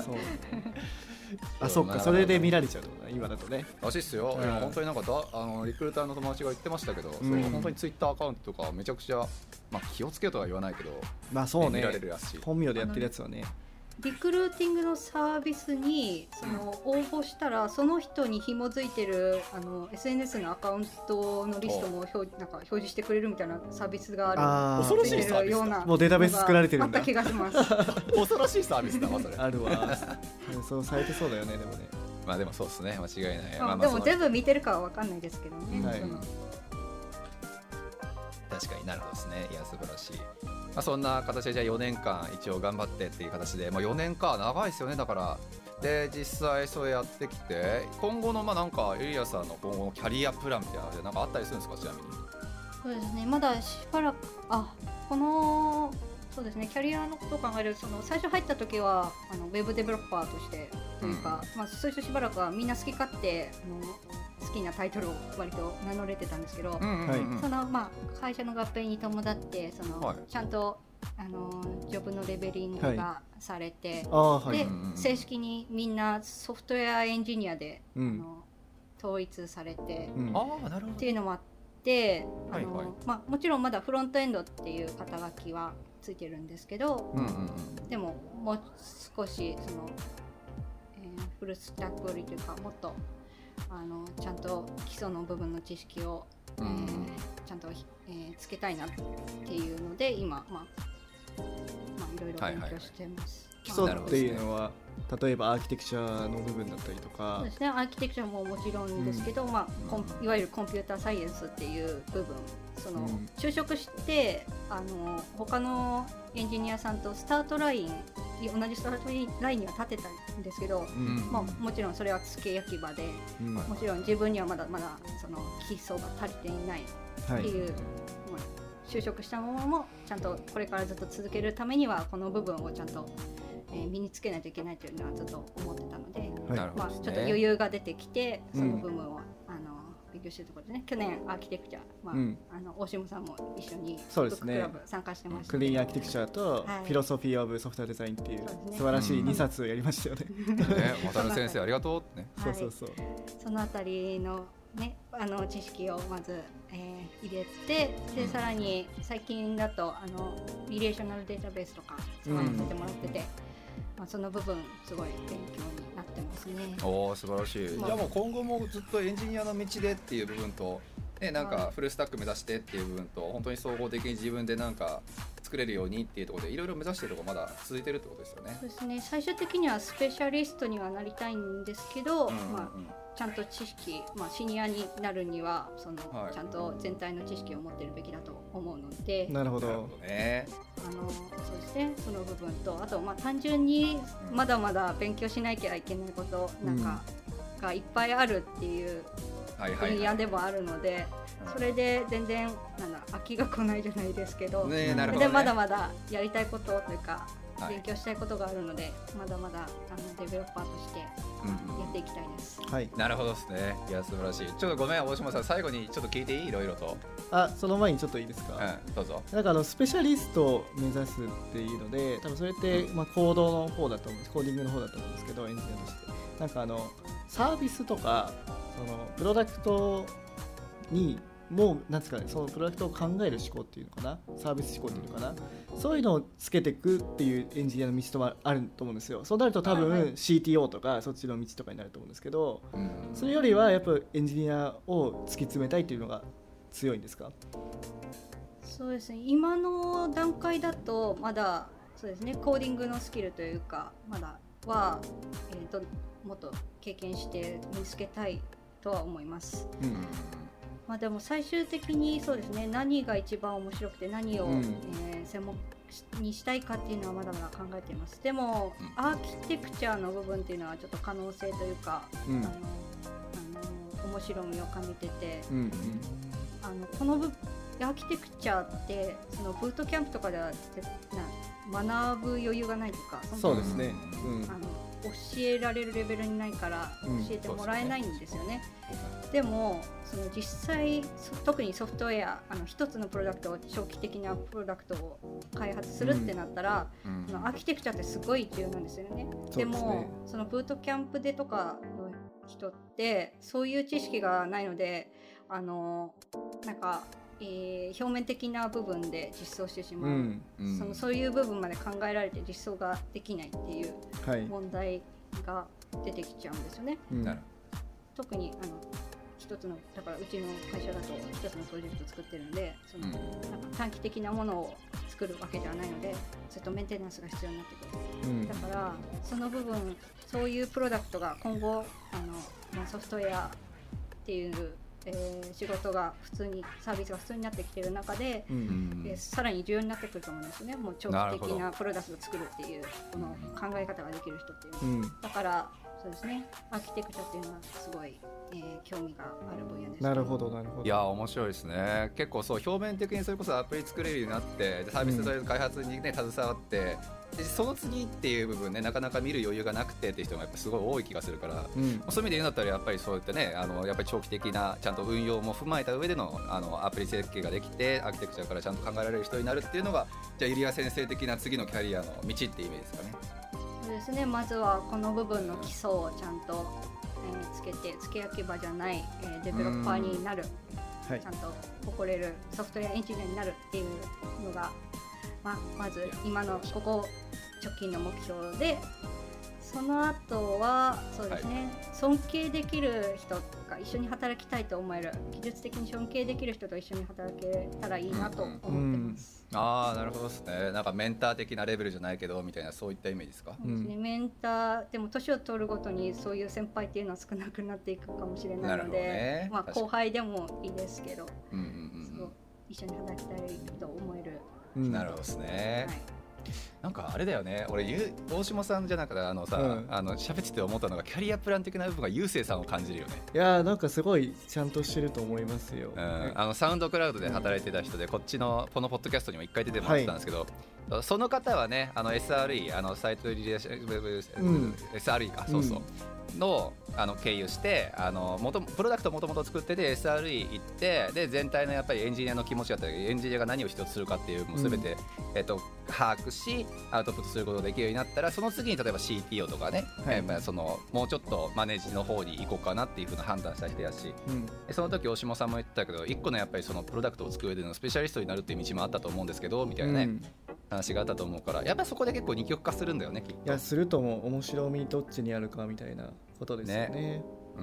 あ、そっか、それで見られちゃうと今だとね。 らしいっすよ、うん、本当になんかだあのリクルーターの友達が言ってましたけど、うん、そう本当にツイッターアカウントとかめちゃくちゃ、まあ、気をつけとは言わないけど、 まあそうね、 見られるやつし、 本名でやってるやつはね、 リクルーティングのサービスにその応募したら、その人に紐づいてるあの エスエヌエス のアカウントのリストも表なんか表示してくれるみたいなサービスがある。 あ恐ろしいサービスだ。 もうデータベース作られてるんだ。 あった気がします。 恐ろしいサービスだわそれ。 あるわ。そうされてそうだよね。でもね。 まあでもそうですね、間違いない。 まあまあ、でも全部見てるかは分かんないですけどね、はい、 確かになるほどですね。いや素晴らしい。まあ、そんな形でじゃあよねんかん一応頑張ってっていう形で、まあ、よねんか長いですよね。だからで実際そうやってきて今後のまあなんかエリアさんの今後のキャリアプランみたいなのでなんかあったりするんですか。ちなみに。 そうですね、まだしばらくあこのそうですねキャリアのことを考えるとその最初入った時はあのウェブデベロッパーとしてというか、うんまあ、最初しばらくはみんな好き勝手あの好きなタイトルを割と名乗れてたんですけど、うんうんうん、そのまあ会社の合併に伴ってその、はい、ちゃんとあのジョブのレベリングがされて、はい、で、はい、正式にみんなソフトウェアエンジニアで、うん、あの統一されて、うん、っていうのもあってあの、はいはいまあ、もちろんまだフロントエンドっていう肩書きはついてるんですけど、うんうんうん、でももう少しその、えー、フルスタックよりというかもっとあのちゃんと基礎の部分の知識を、えーうん、ちゃんと、えー、つけたいなっていうので今、まあまあ、いろいろ勉強してます、 はいはい、基礎っていうのは例えばアーキテクチャの部分だったりとか。 そうですね、アーキテクチャももちろんですけど、うんまあ、いわゆるコンピューターサイエンスっていう部分その、うん、就職してあの他のエンジニアさんとスタートライン同じスタートラインには立てたんですけど、うんまあ、もちろんそれは付け焼き場で、うん、もちろん自分にはまだまだその基礎が足りていないっていう、はいまあ、就職したままもちゃんとこれからずっと続けるためにはこの部分をちゃんと、えー、身につけないといけないというのはずっと思ってたので、はいまあ、ちょっと余裕が出てきてその部分を、うん勉強してるところでね、去年アーキテクチャ、まあうん、あの大下さんも一緒にブッククラブ参加してました、ね、 クリーンアーキテクチャと、はい、フィロソフィー・オブ・ソフトウェア・デザインっていう、ね、素晴らしいにさつをやりましたよね。 ね、渡辺先生ありがとうってね。 そうそうそう。 そのあたりのね、あの知識をまず、えー、入れて、でさらに最近だとあのリレーショナルデータベースとか使わせてもらってて。うんまあ、その部分すごい勉強になってますね。 おー素晴らしい、まあ、じゃあもう今後もずっとエンジニアの道でっていう部分と、ね、なんかフルスタック目指してっていう部分と本当に総合的に自分でなんか作れるようにっていうところでいろいろ目指しているところまだ続いてるってことですよね。 そうですね、最終的にはスペシャリストにはなりたいんですけど、うんうんうんまあちゃんと知識、まあ、シニアになるにはその、はい、ちゃんと全体の知識を持っているべきだと思うので。 なるほど、 ね、 あのそうですね、その部分とあと、まあ、単純にまだまだ勉強しなきゃいけないことなんかがいっぱいあるっていう分野でもあるので、それで全然なんだ飽きが来ないじゃないですけど、 ね、なるほどね、 でまだまだやりたいことというか勉強したいことがあるので、はい、まだまだあのデベロッパーとしてやっていきたいです、 うん、はい、なるほどですね。いや素晴らしい。ちょっとごめん大島さん最後にちょっと聞いていい？いろいろと。 あ、その前にちょっといいですか？ うん、どうぞ。 なんかあのスペシャリストを目指すっていうので、多分それって、うんまあ、コードの方だと思うんです、コーディングの方だと思うんですけど、エンジニアとしてなんかあのサービスとかそのプロダクトにもうなんですかね、そのプロダクトを考える思考っていうのかな、サービス思考っていうのかな、そういうのをつけていくっていうエンジニアの道ともあると思うんですよ。そうなると多分 シーティーオー とかそっちの道とかになると思うんですけど、それよりはやっぱエンジニアを突き詰めたいっていうのが強いんですか？ そうですね、今の段階だとまだそうですね、コーディングのスキルというかまだは、えー、ともっと経験して身につけたいとは思います、うんまあ、でも最終的にそうですね、何が一番面白くて何を、うんえー、専門にしたいかっていうのはまだまだ考えています。でも、うん、アーキテクチャの部分っていうのはちょっと可能性というか、うん、あのあの面白みを感じてて、うんうん、あのこの部アーキテクチャってそのブートキャンプとかではな学ぶ余裕がないとか、 そうですね、 うん、あの教えられるレベルにないから教えてもらえないんですよね、うん、でもその実際特にソフトウェアあの一つのプロダクトを長期的なプロダクトを開発するってなったら、うん、そのアーキテクチャってすごい重要なんですよね、うん、でも、ね、そのブートキャンプでとかの人ってそういう知識がないので、あのなんかえー、表面的な部分で実装してしまう、うんうん、そのそういう部分まで考えられて実装ができないっていう問題が出てきちゃうんですよね、はい、特にあの一つのだからうちの会社だと一つのプロジェクトを作ってるんで、そのなんか短期的なものを作るわけではないのでずっとメンテナンスが必要になってくる、うん、だからその部分そういうプロダクトが今後あのソフトウェアっていう、えー、仕事が普通にサービスが普通になってきている中で、うんうん、えー、さらに重要になってくると思うんですね。もう長期的なプロダクトを作るっていうこの考え方ができる人っていうのは、うん、だからそうですね、アーキテクチャっていうのはすごい、えー、興味がある分野です、ね、 なるほどなるほど。 いや面白いですね。結構そう表面的にそれこそアプリ作れるようになってサービスの開発にね、うん、携わってでその次っていう部分ねなかなか見る余裕がなくてっていう人がやっぱすごい多い気がするから、うん、そういう意味で言うんだったらやっぱりそういったねあのやっぱり長期的なちゃんと運用も踏まえた上でのあのアプリ設計ができてアーキテクチャからちゃんと考えられる人になるっていうのがじゃあユリア先生的な次のキャリアの道っていうイメージですかね。 そうですね、まずはこの部分の基礎をちゃんと、えー、つけて付け焼き場じゃない、えー、デベロッパーになる、はい、ちゃんと誇れるソフトウェアエンジニアになるっていうのが、まあ、まず今のここ直近の目標で、その後はそうですね、はい、尊敬できる人が一緒に働きたいと思える技術的に尊敬できる人と一緒に働けたらいいなと思ってます、 うんうん、ああなるほどですね。なんかメンター的なレベルじゃないけどみたいなそういったイメージですか。 そうですね、メンターでも年を取るごとにそういう先輩っていうのは少なくなっていくかもしれないので、ね、まあ、後輩でもいいですけど、うんうんうん、そう一緒に働きたいと思える、 うん、なるほどですね、はい。なんかあれだよね、俺大島さんじゃなくてあのさ、うん、あの喋ってて思ったのがキャリアプラン的な部分が優勢さんを感じるよね。 いやーなんかすごいちゃんとしてると思いますよ、 うん、あのサウンドクラウドで働いてた人で、うん、こっちのこのポッドキャストにも一回出てもらったんですけど、はい、その方はねあの エスアールイー あのサイトリレーション、うん、エスアールイー かそうそう、うん、の, あの経由してあの元プロダクトをもともと作ってて エスアールイー 行ってで全体のやっぱりエンジニアの気持ちだったりエンジニアが何を一つするかっていうもう全て、うんえっと、把握しアウトプットすることができるようになったらその次に例えば シーティーオー とかね、はいえー、そのもうちょっとマネージの方に行こうかなっていう風な判断した人やし、うん、その時大下さんも言ってたけど一個のやっぱりそのプロダクトを作る上でのスペシャリストになるっていう道もあったと思うんですけどみたいなね、うん話があったと思うからやっぱりそこで結構二極化するんだよねきっと。 いやするとも面白みどっちにあるかみたいなことですよね。ねうん、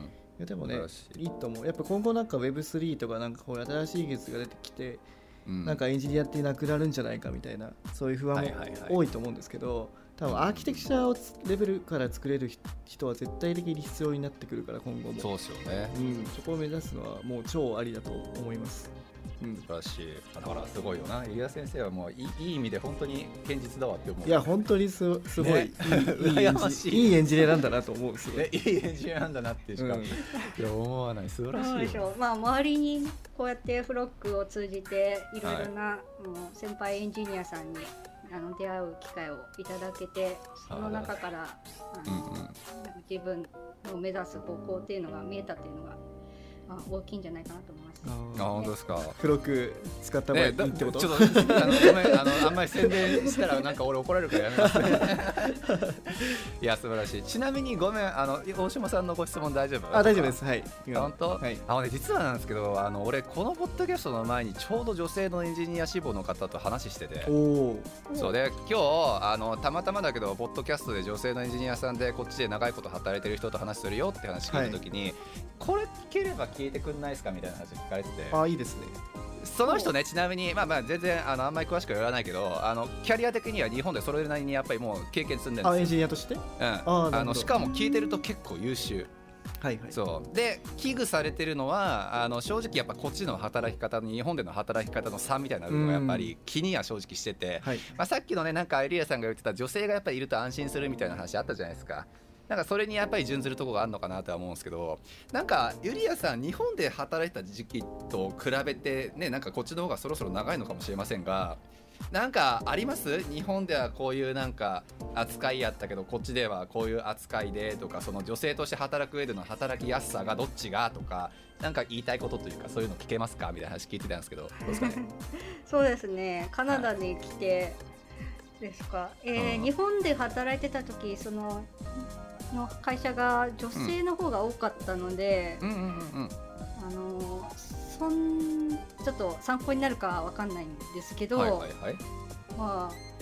いやでもねいいと思う。やっぱ今後なんか ウェブスリー とかなんかこう新しい技術が出てきて、うん、なんかエンジニアってなくなるんじゃないかみたいなそういう不安も多いと思うんですけど、はいはいはい、多分アーキテクチャをレベルから作れる人は絶対的に必要になってくるから今後もそうですよね、 うん、そこを目指すのはもう超ありだと思います。 うん、素晴らしい。だからすごいよな。入谷先生はもうい い, いい意味で本当に堅実だわって思う。 いや本当に す, すごい、ね、いい羨ましいいいエンジニアなんだなと思うんですよ。 いいエンジニアなんだなってしか、うん、いや思わない。素晴らしい。そうでしょう。 まあ周りにこうやってフロックを通じていろいろな、はい、もう先輩エンジニアさんにあの出会う機会をいただけてその中からあの、うんうん、自分の目指す方向っていうのが見えたっていうのが大きいんじゃないかなと思います。 ああ本当ですか。 フロック使った方がいいってこと？ ちょっとあのごめんあのあんまり宣伝したらなんか俺怒られるからやめますね。いや素晴らしい。ちなみにごめんあの大島さんのご質問大丈夫？ あ大丈夫です。はい。 本当？はい。あのね実はなんですけどあの俺このポッドキャストの前にちょうど女性のエンジニア志望の方と話してて。おお。そうで今日あのたまたまだけどポッドキャストで女性のエンジニアさんでこっちで長いこと働いてる人と話するよって話聞いたときに、はい、これ聞ければ聞いてくんないですかみたいな話聞かれてて。 あいいですね。 その人ねちなみにまあまあ全然あのあんまり詳しくは言わないけどあのキャリア的には日本でそれなりにやっぱりもう経験積んでるんですよ。 あエンジニアとして？うん。 ああのしかも聞いてると結構優秀。 はいはい。 そうで危惧されてるのはあの正直やっぱこっちの働き方に日本での働き方の差みたいな部分がやっぱり気には正直してて、はいまあ、さっきのねなんかエリアさんが言ってた女性がやっぱりいると安心するみたいな話あったじゃないですか。なんかそれにやっぱり準ずるところがあるのかなとは思うんですけどなんかユリアさん日本で働いた時期と比べてねなんかこっちの方がそろそろ長いのかもしれませんがなんかあります日本ではこういうなんか扱いやったけどこっちではこういう扱いでとかその女性として働く上での働きやすさがどっちがとかなんか言いたいことというかそういうの聞けますかみたいな話聞いてたんですけどどうですかね。 そうですねカナダに来てですか、えーうん、日本で働いてた時そのの会社が女性の方が多かったので、うんうんうんうん、あのそんちょっと参考になるかわかんないんですけど、はいはいはい、まあ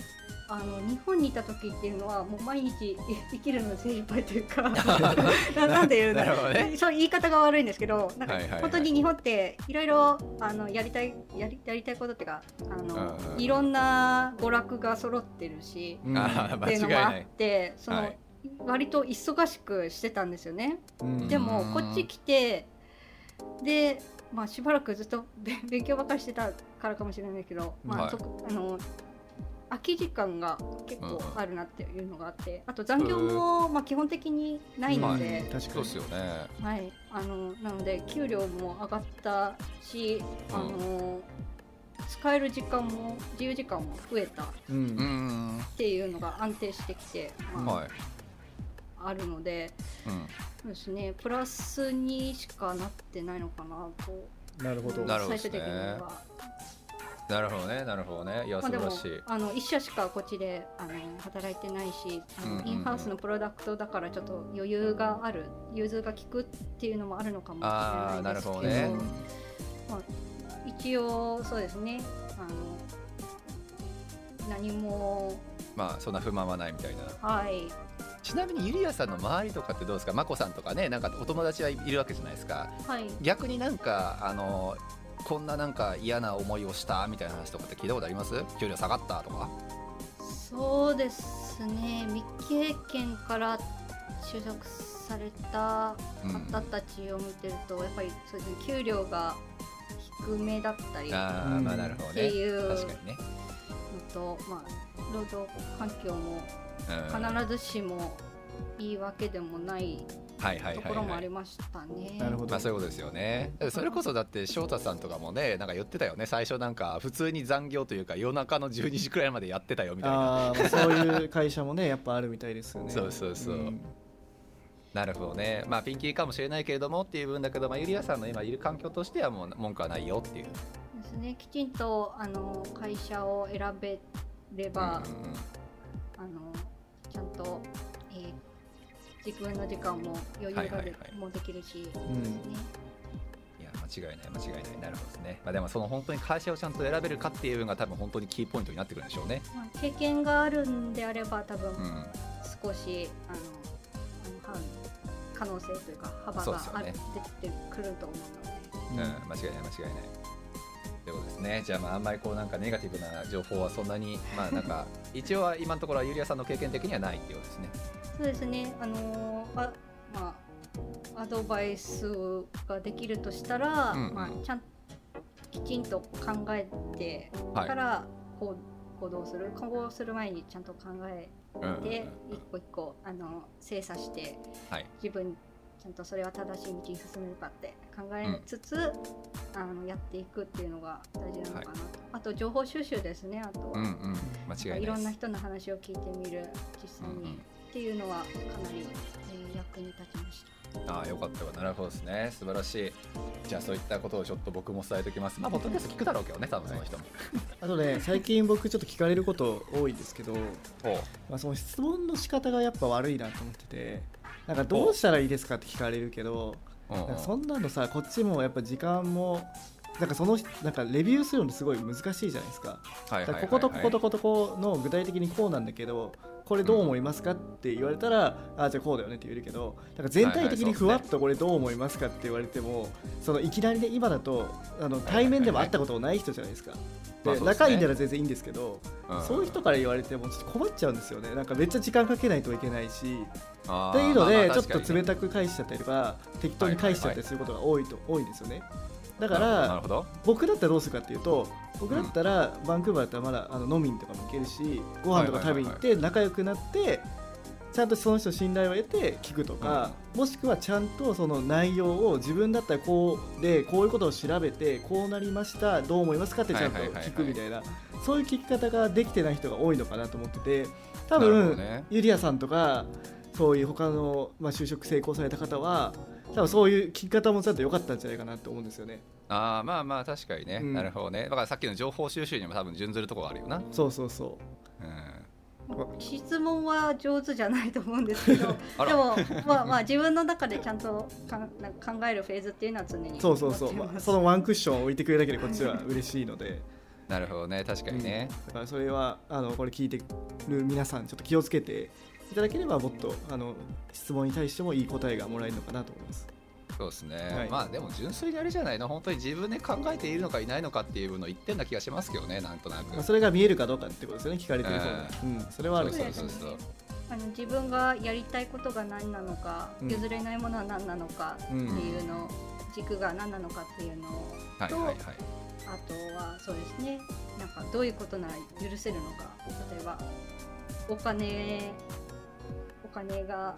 あの日本にいた時っていうのはもう毎日生きるの精一杯というかな, なんていうの、ね、そう言い方が悪いんですけど、なんか本当に日本っていろいろあのやりたいやりやりたいことっていうか、あのいろんな娯楽が揃ってるし、うん、っていうのもあって、その、はい、割と忙しくしてたんですよね。でもこっち来てで、まあ、しばらくずっと勉強ばっかりしてたからかもしれないけど、まあ、はい、あの空き時間が結構あるなっていうのがあって、あと残業もまあ基本的にないので、 はい、確かにそうですよね。 はい、あのなので給料も上がったし、あの、うん、使える時間も自由時間も増えたっていうのが安定してきて、まあはい、あるので、うん、そうですね、プラスにしかなってないのかなと。 なるほど。 最終的には。 なるほどね、なるほどね。いや、素晴らしい。 まあ、でもあの一社しかこっちであの働いてないし、あの、うんうんうん、インハウスのプロダクトだからちょっと余裕がある、融通が利くっていうのもあるのかもしれないですけど、あ、なるほどね。まあ、一応そうですね、あの何もまあそんな不満はないみたいな。 はい。 ちなみにゆりやさんの周りとかってどうですか？まこさんとかね、なんかお友達はいるわけじゃないですか。 はい。 逆になんかあのこんななんか嫌な思いをしたみたいな話とかって聞いたことあります？給料下がったとか。 そうですね、未経験から就職された方たちを見てると、うん、やっぱりそうですね、給料が低めだったり、 あ、うん、まあなるほどね、っていうの確かにねと、まあ、労働環境も必ずしもいいわけでもないところもありましたね。 なるほど、まあ、そういうことですよね。それこそだって翔太さんとかもね、なんか言ってたよね、最初なんか普通に残業というか夜中のじゅうにじくらいまでやってたよみたいな。 あ、そういう会社もねやっぱあるみたいですよね。 そうそうそう、うん、なるほどね。まあピンキーかもしれないけれどもっていう分だけど、まあ、ゆりやさんの今いる環境としてはもう文句はないよっていうですね。きちんとあの会社を選べれば、うん、あのちゃんと、えー自分の時間も余裕が で,、はいはいはい、もできるし、うん、ですね。 いや間違いない間違いない。なるほどですね。まあ、でもその本当に会社をちゃんと選べるかっていうのが多分本当にキーポイントになってくるんでしょうね。 まあ、経験があるんであれば多分少し、うん、あのあの可能性というか幅があ、ね、出てくると思うので、 うん、間違いない間違いないということですね。じゃあ、まああんまりこうなんかネガティブな情報はそんなにまあなんか一応は今のところはゆりやさんの経験的にはないっていうことですね。 そうですね、あのーあまあ、アドバイスができるとしたら、うんうん、まあ、ちゃんきちんと考えてから行動する、はい、行動する前にちゃんと考えて、うん、一個一個あの精査して、はい、自分ちゃんとそれは正しい道に進めるかって考えつつ、うん、あのやっていくっていうのが大事なのかなと、はい、あと情報収集ですね。あとは、うんうん、間違いないです。いろんな人の話を聞いてみる、実際に、うんうん、っていうのはかなり、えー、役に立ちました。 ああ、よかったわ。なるほどですね。素晴らしい。じゃあそういったことをちょっと僕も伝えておきます。まあポッドキャスト聞くだろうけどね、多分その人も。 あとね、最近僕ちょっと聞かれること多いんですけど、まあ、その質問の仕方がやっぱ悪いなと思ってて、なんかどうしたらいいですかって聞かれるけど、なんかそんなのさ、こっちもやっぱ時間もなんかそのなんかレビューするのすごい難しいじゃないですか。こことこことことこの具体的にこうなんだけど、これどう思いますかって言われたら、あ、じゃあこうだよねって言えるけど、だから全体的にふわっとこれどう思いますかって言われても、そのいきなりね、今だとあの対面でも会ったことない人じゃないですか。で仲いいなら全然いいんですけど、そういう人から言われてもちょっと困っちゃうんですよね。なんかめっちゃ時間かけないといけないし、っていうのでちょっと冷たく返しちゃったりとか適当に返しちゃったりすることが多いと多いんですよね。だから僕だったらどうするかっていうと、僕だったらバンクーバーだったらまだあの飲みにとかも行けるし、ご飯とか食べに行って仲良くなってちゃんとその人信頼を得て聞くとか、もしくはちゃんとその内容を自分だったらこうでこういうことを調べてこうなりました、どう思いますかってちゃんと聞くみたいな、そういう聞き方ができてない人が多いのかなと思ってて、多分ゆりやさんとかそういう他のまあ就職成功された方は多分そういう聞き方もちゃんと良かったんじゃないかなと思うんですよね。 ああ、まあまあ確かにね、うん、なるほどね。だからさっきの情報収集にも多分準ずるところあるよな。 そうそうそう、 うん、質問は上手じゃないと思うんですけどでも、まあ、まあ自分の中でちゃんとかなんか考えるフェーズっていうのは常にそうそうそう、まあ、そのワンクッションを置いてくれるだけでこっちは嬉しいのでなるほどね、確かにね、 うん、だからそれはあのこれ聞いてる皆さんちょっと気をつけていただければもっとあの質問に対してもいい答えがもらえるのかなと思います。 そうですね、 はい、 まあでも純粋にあれじゃないの、本当に自分で考えているのかいないのかっていうのを言ってんな気がしますけどね、なんとなく、 まあ、それが見えるかどうかってことですよね、聞かれてる方が、うん、それはある。 そうそうそう、あの自分がやりたいことが何なのか、うん、譲れないものは何なのかっていうの、うん、軸が何なのかっていうのと、はいはいはい、あとはそうですね、なんかどういうことなら許せるのか、例えばお金お金が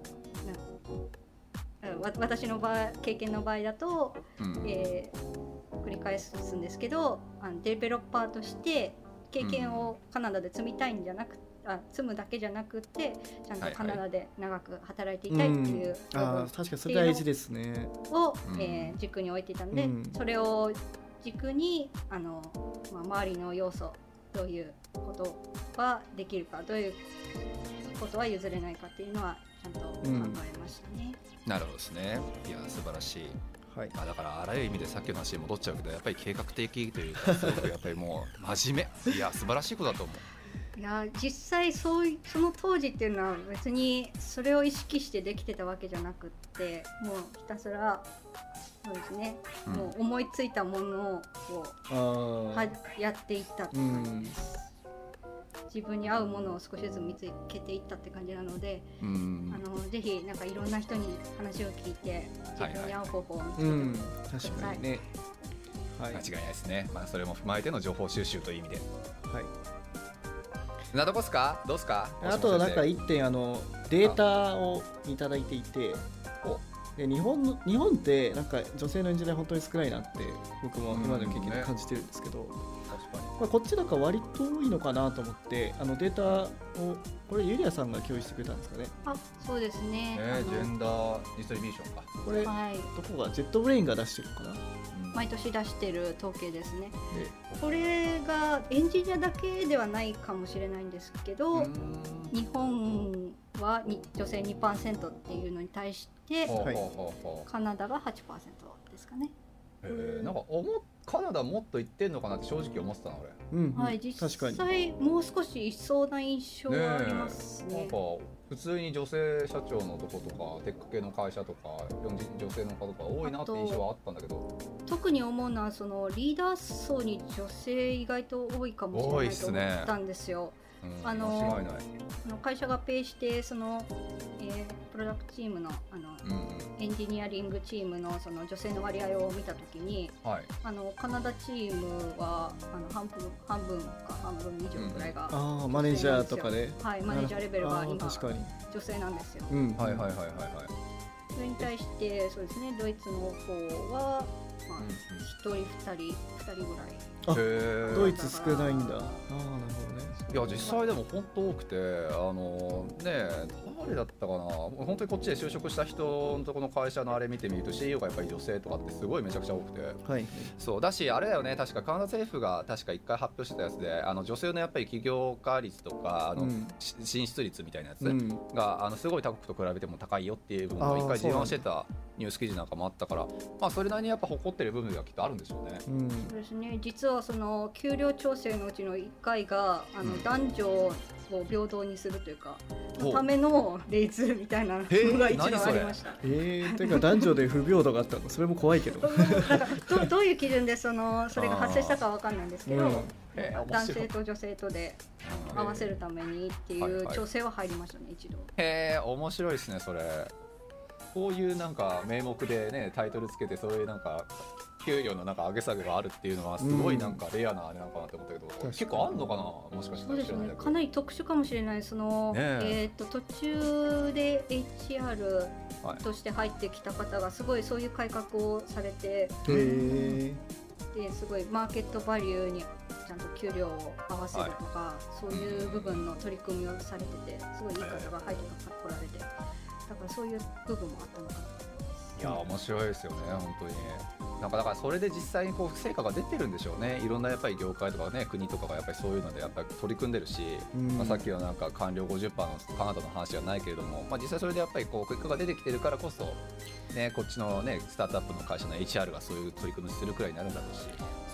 私の場合経験の場合だと、うんえー、繰り返すんですけど、あのデベロッパーとして経験をカナダで積みたいんじゃなくて、うん、あ積むだけじゃなくてちゃんとカナダで長く働いていたいっていう部分、 はいはい、あ確かにそれ大事ですねを、えー、軸に置いていたので、うん、それを軸にあの、まあ、周りの要素、どういうことはできるか、どういうことは譲れないかっていうのはちゃんと考えましたね、 うん、なるほどですね。いや素晴らしい、はい、あだからあらゆる意味でさっきの話に戻っちゃうけど、やっぱり計画的というかすごくやっぱりもう真面目いや素晴らしいことだと思う。 いや実際そういその当時っていうのは別にそれを意識してできてたわけじゃなくって、もうひたすらそうですね、うん、もう思いついたものをはやっていったって感じです、うん、自分に合うものを少しずつ見つけていったって感じなので、うん、あのぜひなんかいろんな人に話を聞いて自分に合う方法を見つけてください、はいはいうん、確かにね、 はい、間違いないですね、まあ、それも踏まえての情報収集という意味で、 はい、 などこすかどうすか。 あとなんかいってんあのデータをいただいていて、で日本の日本ってなんか女性のエンジニア本当に少ないなって僕も今までの経験で感じてるんですけど、うんね、確かにまあ、こっちなんか割と多いのかなと思って、あのデータをこれユリアさんが共有してくれたんですかね。 あ、そうですね、 えー、ジェンダーディストリビューションかこれ、はい、どこがジェットブレインが出してるのかな、 毎年出してる統計ですね。これがエンジニアだけではないかもしれないんですけど、日本は女性 にパーセント っていうのに対して、はい、カナダが はちパーセント ですかね。 へー、なんか思カナダもっと言ってんのかなって正直思ってたな俺、 うんうん、 はい、実際もう少しいそうな印象がありますね。 なんか普通に女性社長のとことかテック系の会社とか女性の方とか多いなって印象はあったんだけど、 特に思うのはそのリーダー層に女性意外と多いかもしれないと思ったんですよ。 あの間違いない。 あの会社がペイしてその、えー、プロダクトチームの、あの、うん、エンジニアリングチーム の, その女性の割合を見たときに、はい、あのカナダチームはあの 半, 分半分か半分以上くらいが、うん、 あマネージャーとかで、 はい、マネージャーレベルは今女性なんですよ、 うん、 はいはいはいはいはい。 それに対してそうですね、ドイツの方は、まあ、ひとりふたりふたりぐらい。 あ、ドイツ少ないんだ。ああ、なるほどね。 いや実際でも本当多くて、あのね誰だったかな、本当にこっちで就職した人のとこの会社のあれ見てみると シーイーオー がやっぱり女性とかってすごいめちゃくちゃ多くて、 はい、 そうだしあれだよね、確かカナダ政府が確かいっかい発表してたやつで、あの女性のやっぱり起業家率とかあの、うん、進出率みたいなやつが、うん、あのすごい他国と比べても高いよっていう部分をいっかい自慢してたニュース記事なんかもあったから、まあそれなりにやっぱ誇ってる部分がきっとあるんでしょうね。 うん、そうですね。実はその給料調整のうちのいっかいがあの、うん、男女を平等にするというかのためのレイズみたいなのが一度ありました。 えー、というか男女で不平等があったの、それも怖いけど。 だからど, どういう基準でそのそれが発生したかわかんないんですけど、うん、男性と女性とで合わせるためにっていう調整は入りましたね、一度。 へー、面白いですねそれ。こういうなんか名目でねタイトルつけてそういうなんか給料のなんか上げ下げがあるっていうのはすごいなんかレアなあれなのかなって思ったけど、うん、結構あんのかな、もしかしたら。 そうですね、かなり特殊かもしれない。その、ねえー、と途中で エイチアール として入ってきた方がすごいそういう改革をされて、 はい、 ですごいマーケットバリューにちゃんと給料を合わせるとか、はい、そういう部分の取り組みをされてて、すごいいい方が入ってこられて、だからそういう部分もあったのかなと思います。 いや面白いですよね本当に。なんかだからそれで実際にこう成果が出てるんでしょうね。いろんなやっぱり業界とかね国とかがやっぱりそういうのでやっぱり取り組んでるし、まあ、さっきのなんか官僚 ごじゅっパーセント のカナダの話はないけれども、まあ、実際それでやっぱりこう結果が出てきてるからこそ、ね、こっちのねスタートアップの会社の エイチアール がそういう取り組みするくらいになるんだろうし、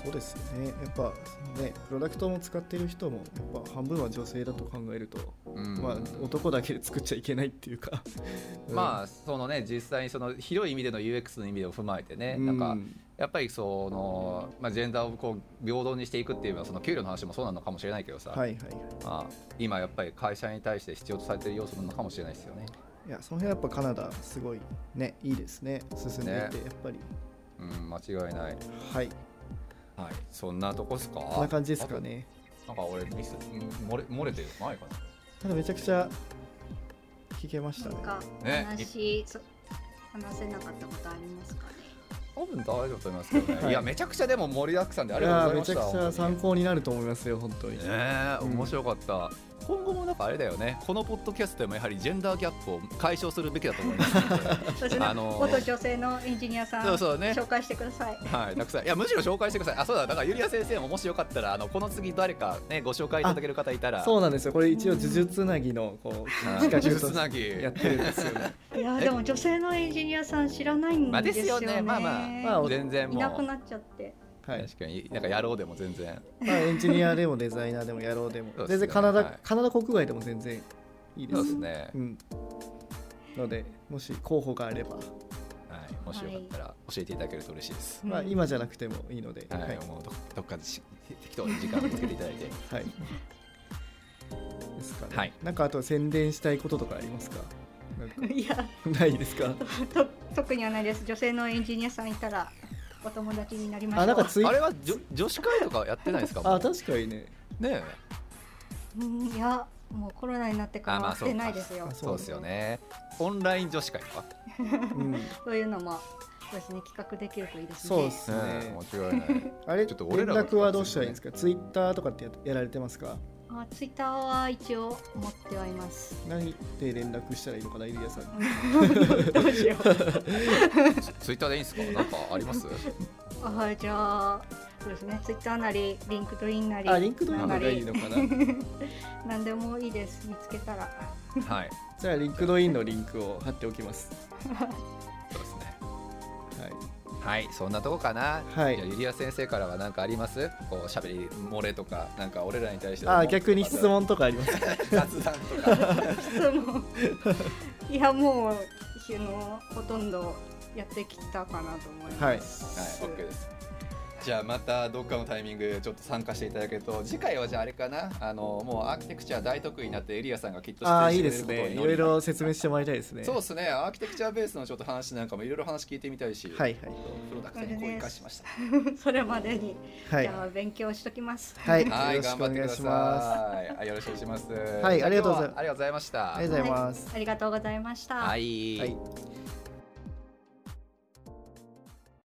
そうですよね。やっぱね、プロダクトも使ってる人もやっぱ半分は女性だと考えると、うん、まあ男だけで作っちゃいけないっていうかうん、まあそのね、実際にその広い意味での ユーエックス の意味を踏まえてね、うん、なんかやっぱりその、まあ、ジェンダーをこう平等にしていくっていうのはその給料の話もそうなのかもしれないけどさ、はいはいはい、まあ、今やっぱり会社に対して必要とされている要素なのかもしれないですよね。 いや、その辺やっぱカナダすごいね、いいですね、進んでいて、ね、やっぱり、 うん、間違いない。 はい、 はい、そんなとこっすか。 こんな感じですかね。 なんか俺ミス漏れ漏れてるないかな。 ただめちゃくちゃ聞けましたね。 なんか話、ね、話せなかったことありますかね。 多分大丈夫と思いますけどね、はい、いやめちゃくちゃでも盛りだくさんでありがとうございました。 いやめちゃくちゃ参考になると思いますよ、本当に。 ねえ、面白かった、うん、今後もなんかあれだよね、このポッドキャストでもやはりジェンダーギャップを解消するべきだと思いますのであのー、元女性のエンジニアさんそうそう、ね、紹介してください。 はい、たくさん、いやむしろ紹介してください。あ、そうだ、だからゆりや先生ももしよかったらあのこの次誰かねご紹介いただける方いたら。 そうなんですよ、これ一応呪術つなぎのこう企画つなぎやってるんですよね。 いやでも女性のエンジニアさん知らないんですよね。まあですよね、まあまあ、 まあ、全然もういなくなっちゃって。 はい、確かになんかやろうでも全然、 まあ、エンジニアでもデザイナーでもやろうでも全然カナダ、はい、カナダ国外でも全然いいです。 そうですね、 うん、のでもし候補があれば、はい、 もしよかったら教えていただけると嬉しいです、 まあ、今じゃなくてもいいので、 はいはい、もう ど, どっかで適当に時間を見つけていただいてはいですかね、 はい、 なんかあと宣伝したいこととかありますか。なんかいやないですか。 と特にはないです。女性のエンジニアさんいたらお友達になりましょう。あ、 なんかツイあれは女子会とかやってないですか。 あ、確かにね。 ねえ。うん、いやもうコロナになってからはしてないですよ。 あ、そうですよね。オンライン女子会とか。 うん、そういうのもそうですね、企画できるといいですね。 そうですね。 間違いない。 あれちょっと連絡はどうしたらいいんですか。ツイッターとかって や, やられてますか。 あ、ツイッターは一応持ってはいます。 何で連絡したらいいのかな、イリアさん。 どうしよう。 ツイッターでいいんですか。なんかあります。 あ、じゃあそうですね、ツイッターなりリンクドインなり、 あ、リンクドインがいいのかな。 何でもいいです、見つけたら。 はい。 じゃあリンクドインのリンクを貼っておきます。 そうですね。 はい。 はい、そんなとこかな。 はい。 じゃあゆりや先生からは何かあります？こう喋り漏れとか、なんか俺らに対してあ、逆に質問とかありますか？ 雑談とか。 質問。いやもうあのほとんどやってきたかなと思います。 はい、はい、OK です。じゃあまたどっかのタイミングちょっと参加していただけると、次回はじゃああれかな、あのもうアーキテクチャ大得意になってエリアさんがきっと出演してくれることを祈り、あ、いいですね。いろいろ説明してもらいたいですね。 そうですね、アーキテクチャベースのちょっと話なんかもいろいろ話聞いてみたいし、 はいはい、 プロダクトにこう生かしました。 それまでに、はい、じゃあ勉強しときます。 はい、 はい、頑張ってください。はい、よろしくお願いします。 はい、ありがとうございます。 ありがとうございました。 ありがとうございます。 はい、ありがとうございました。 はい。 はい